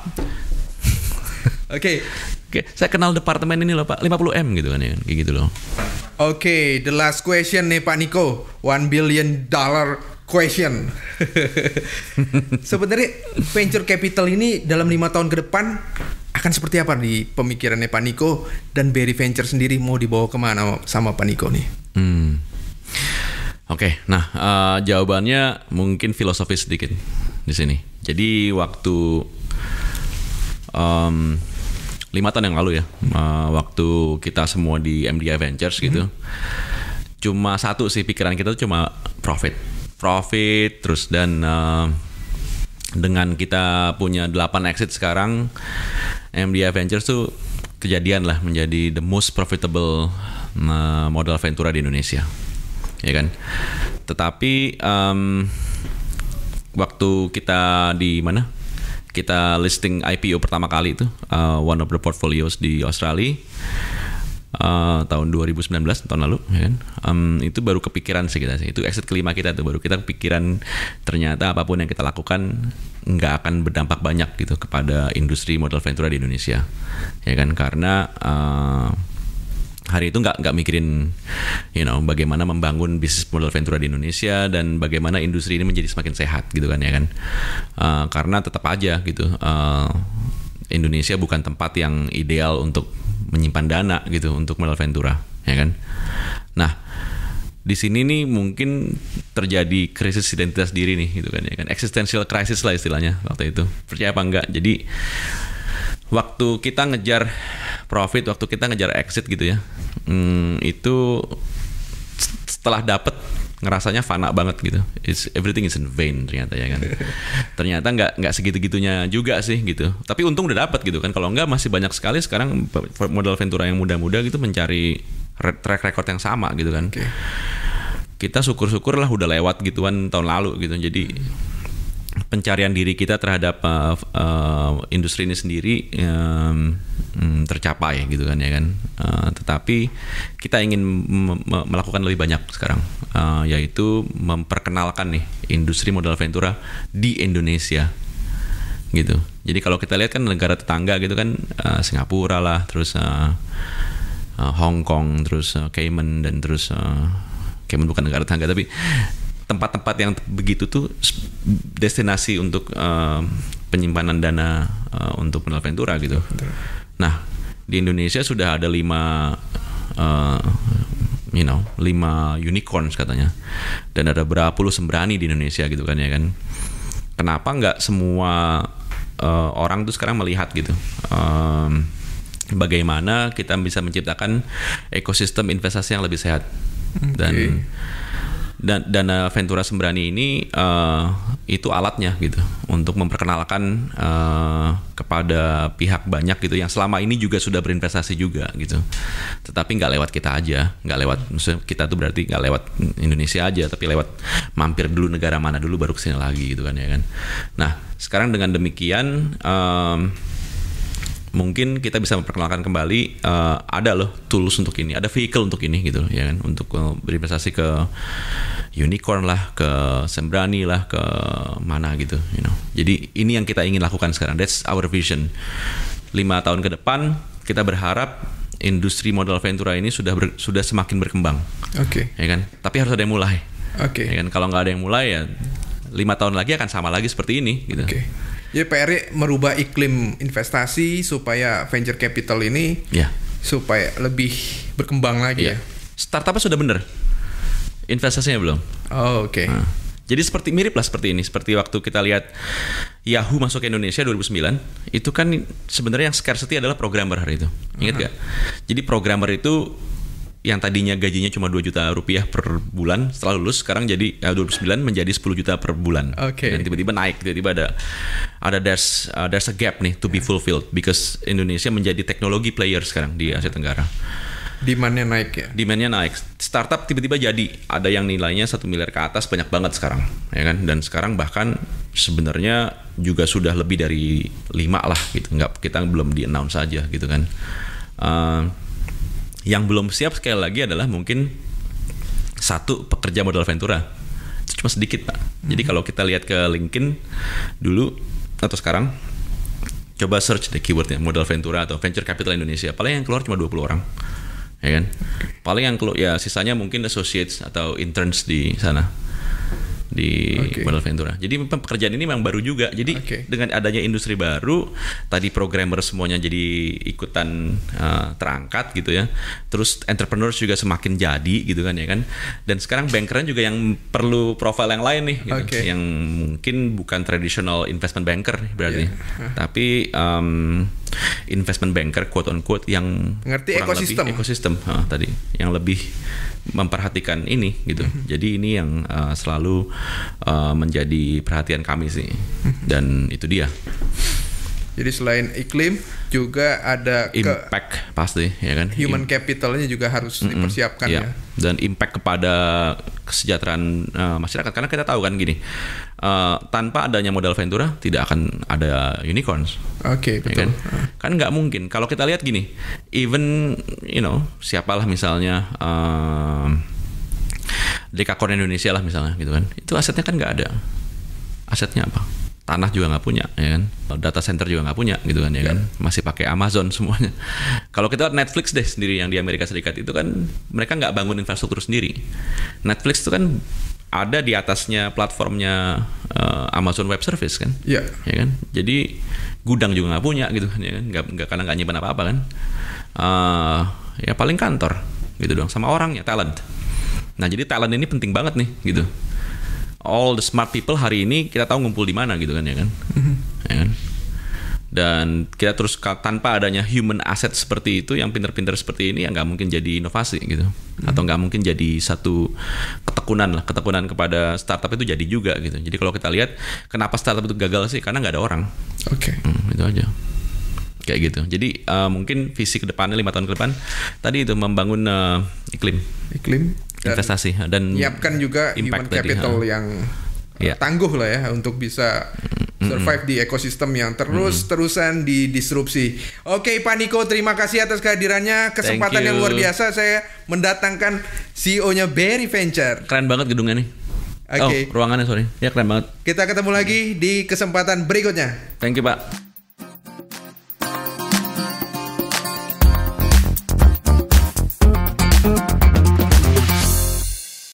Oke. Okay. Oke. Okay. Saya kenal departemen ini loh Pak. lima puluh M gitu kan ya. Kayak gitu loh. Oke. Okay, the last question nih Pak Niko. One billion dollar question. Sebenarnya venture capital ini dalam lima tahun ke depan akan seperti apa di pemikirannya Pak Niko, dan Berry Venture sendiri mau dibawa kemana sama Pak Niko nih? Hmm. Oke, okay, nah uh, jawabannya mungkin filosofis sedikit di sini. Jadi waktu um, lima tahun yang lalu ya, uh, waktu kita semua di M D I Ventures gitu, mm-hmm. cuma satu sih pikiran kita tuh cuma profit, profit terus dan uh, dengan kita punya delapan exit sekarang, M D I Ventures tuh kejadian lah menjadi the most profitable uh, modal ventura di Indonesia, ya kan. Tetapi um, waktu kita di mana? kita listing I P O pertama kali itu uh, one of the portfolios di Australia uh, tahun dua ribu sembilan belas, tahun lalu ya kan. Um, itu baru kepikiran sih kita sih. Itu exit kelima kita tuh, baru kita kepikiran ternyata apapun yang kita lakukan nggak akan berdampak banyak gitu kepada industri modal ventura di Indonesia. Ya kan, karena uh, hari itu nggak nggak mikirin, you know, bagaimana membangun bisnis modal ventura di Indonesia dan bagaimana industri ini menjadi semakin sehat gitu kan ya kan. Uh, karena tetap aja gitu, uh, Indonesia bukan tempat yang ideal untuk menyimpan dana gitu untuk modal ventura ya kan. Nah, di sini nih mungkin terjadi krisis identitas diri nih gitu kan ya kan, existential crisis lah istilahnya waktu itu. Percaya apa enggak? Jadi waktu kita ngejar profit, waktu kita ngejar exit gitu ya, hmm, itu setelah dapet ngerasanya fana banget gitu. It's, everything is in vain ternyata ya kan. Ternyata nggak nggak segitu-gitunya juga sih gitu. Tapi untung udah dapet gitu kan. Kalau nggak masih banyak sekali sekarang modal ventura yang muda-muda gitu mencari track record yang sama gitu kan. Okay. Kita syukur-syukur lah udah lewat gituan tahun lalu gitu. Jadi pencarian diri kita terhadap uh, uh, industri ini sendiri um, um, tercapai gitu kan ya kan. Uh, tetapi kita ingin m- m- melakukan lebih banyak sekarang, uh, yaitu memperkenalkan nih industri modal ventura di Indonesia gitu. Jadi kalau kita lihat kan negara tetangga gitu kan, uh, Singapura lah, terus uh, uh, Hong Kong, terus uh, Cayman, dan terus uh, Cayman bukan negara tetangga tapi tempat-tempat yang begitu tuh destinasi untuk uh, penyimpanan dana uh, untuk modal ventura gitu. Nah, di Indonesia sudah ada lima, uh, you know, lima unicorns katanya, dan ada berapa puluh sembrani di Indonesia gitu kan ya kan. Kenapa nggak semua uh, orang tuh sekarang melihat gitu, um, bagaimana kita bisa menciptakan ekosistem investasi yang lebih sehat. Dan okay. Dan dana ventura sembrani ini uh, itu alatnya gitu untuk memperkenalkan uh, kepada pihak banyak gitu yang selama ini juga sudah berinvestasi juga gitu. Tetapi nggak lewat kita aja, nggak lewat, maksudnya kita tuh berarti nggak lewat Indonesia aja, tapi lewat mampir dulu negara mana dulu baru kesini lagi gitu kan ya kan. Nah sekarang dengan demikian um, mungkin kita bisa memperkenalkan kembali uh, ada loh tools untuk ini, ada vehicle untuk ini gitu ya kan, untuk uh, berinvestasi ke unicorn lah, ke sembrani lah, ke mana gitu, you know. Jadi ini yang kita ingin lakukan sekarang. That's our vision. Lima tahun ke depan kita berharap industri modal ventura ini sudah ber, sudah semakin berkembang. Oke. Okay. Ya kan. Tapi harus ada yang mulai. Oke. Okay. Ya kan. Kalau nggak ada yang mulai ya lima tahun lagi akan sama lagi seperti ini gitu. Oke. Okay. Jadi P R I merubah iklim investasi supaya venture capital ini ya, supaya lebih berkembang lagi ya. ya. Startupnya sudah bener, investasinya belum. Oh oke. Okay. Nah, jadi seperti mirip lah seperti ini. Seperti waktu kita lihat Yahoo masuk ke Indonesia dua ribu sembilan, itu kan sebenarnya yang scarcity adalah programmer hari itu. Ingat uh-huh. gak? Jadi programmer itu yang tadinya gajinya cuma dua juta rupiah per bulan, setelah lulus sekarang jadi ya, dua ribu sembilan menjadi sepuluh juta per bulan. Okay. Dan tiba-tiba naik, tiba-tiba ada ada there's uh, there's a gap nih to be fulfilled because Indonesia menjadi teknologi player sekarang di Asia Tenggara. Demand-nya naik ya. Demand-nya naik. Startup tiba-tiba jadi ada yang nilainya satu miliar ke atas, banyak banget sekarang, ya kan? Dan sekarang bahkan sebenarnya juga sudah lebih dari lima lah gitu. Nggak, kita belum di announce saja gitu kan. Uh, Yang belum siap sekali lagi adalah mungkin satu pekerja modal ventura. Itu cuma sedikit Pak. Mm-hmm. Jadi kalau kita lihat ke LinkedIn dulu atau sekarang, coba search deh keywordnya modal ventura atau venture capital Indonesia. Paling yang keluar cuma dua puluh orang, ya kan? Paling yang keluar ya sisanya mungkin associates atau interns di sana di okay. modal ventura. Jadi pekerjaan ini memang baru juga. Jadi okay. dengan adanya industri baru, tadi programmer semuanya jadi ikutan uh, terangkat gitu ya. Terus entrepreneurs juga semakin jadi gitu kan ya kan. Dan sekarang bankeran juga yang perlu profile yang lain nih gitu. Okay. Yang mungkin bukan traditional investment banker berarti. Yeah. Tapi um, investment banker quote on quote yang ngerti ekosistem. Lebih ekosistem uh, tadi yang lebih memperhatikan ini gitu. Mm-hmm. Jadi ini yang uh, selalu uh, menjadi perhatian kami sih. Mm-hmm. Dan itu dia. Jadi selain iklim juga ada impact ke pasti ya kan. Human capitalnya juga harus mm-mm, dipersiapkan ya. ya. Dan impact kepada kesejahteraan uh, masyarakat, karena kita tahu kan gini, uh, tanpa adanya modal ventura tidak akan ada unicorns. Oke, okay, betul. Ya kan kan nggak mungkin. Kalau kita lihat gini, even you know siapalah misalnya uh, Dekakorn Indonesia lah misalnya gitu kan, itu asetnya kan nggak ada. Asetnya apa? Tanah juga nggak punya, ya kan? Data center juga nggak punya, gitu kan, ya yeah. kan? Masih pakai Amazon semuanya. Kalau kita lihat Netflix deh sendiri yang di Amerika Serikat itu kan mereka nggak bangun infrastruktur sendiri. Netflix itu kan ada di atasnya platformnya uh, Amazon Web Service kan, yeah. ya kan? Jadi gudang juga nggak punya, gitu kan, ya kan? Nggak, nggak karena nggak nyimpan apa-apa kan? Uh, ya paling kantor, gitu dong, sama orangnya, talent. Nah jadi talent ini penting banget nih, gitu. All the smart people hari ini kita tahu ngumpul di mana gitu kan ya kan, mm-hmm. ya kan? Dan kita terus tanpa adanya human asset seperti itu yang pinter-pinter seperti ini ya nggak mungkin jadi inovasi gitu, mm-hmm. atau nggak mungkin jadi satu ketekunan lah, ketekunan kepada startup itu jadi juga gitu. Jadi kalau kita lihat kenapa startup itu gagal sih, karena nggak ada orang. Oke. Okay. Hmm, itu aja. Kayak gitu. Jadi uh, mungkin visi ke depannya lima tahun ke depan tadi itu membangun uh, iklim. Iklim. Dan investasi dan menyiapkan juga human capital tadi, yang yeah. tangguh lah ya untuk bisa survive mm-hmm. di ekosistem yang terus-terusan didisrupsi. Oke, Pak Niko, terima kasih atas kehadirannya. Kesempatan yang luar biasa saya mendatangkan C E O-nya Berry Venture. Keren banget gedungnya nih. Oke. Okay. Oh, ruangannya sorry. Ya keren banget. Kita ketemu lagi di kesempatan berikutnya. Thank you, Pak.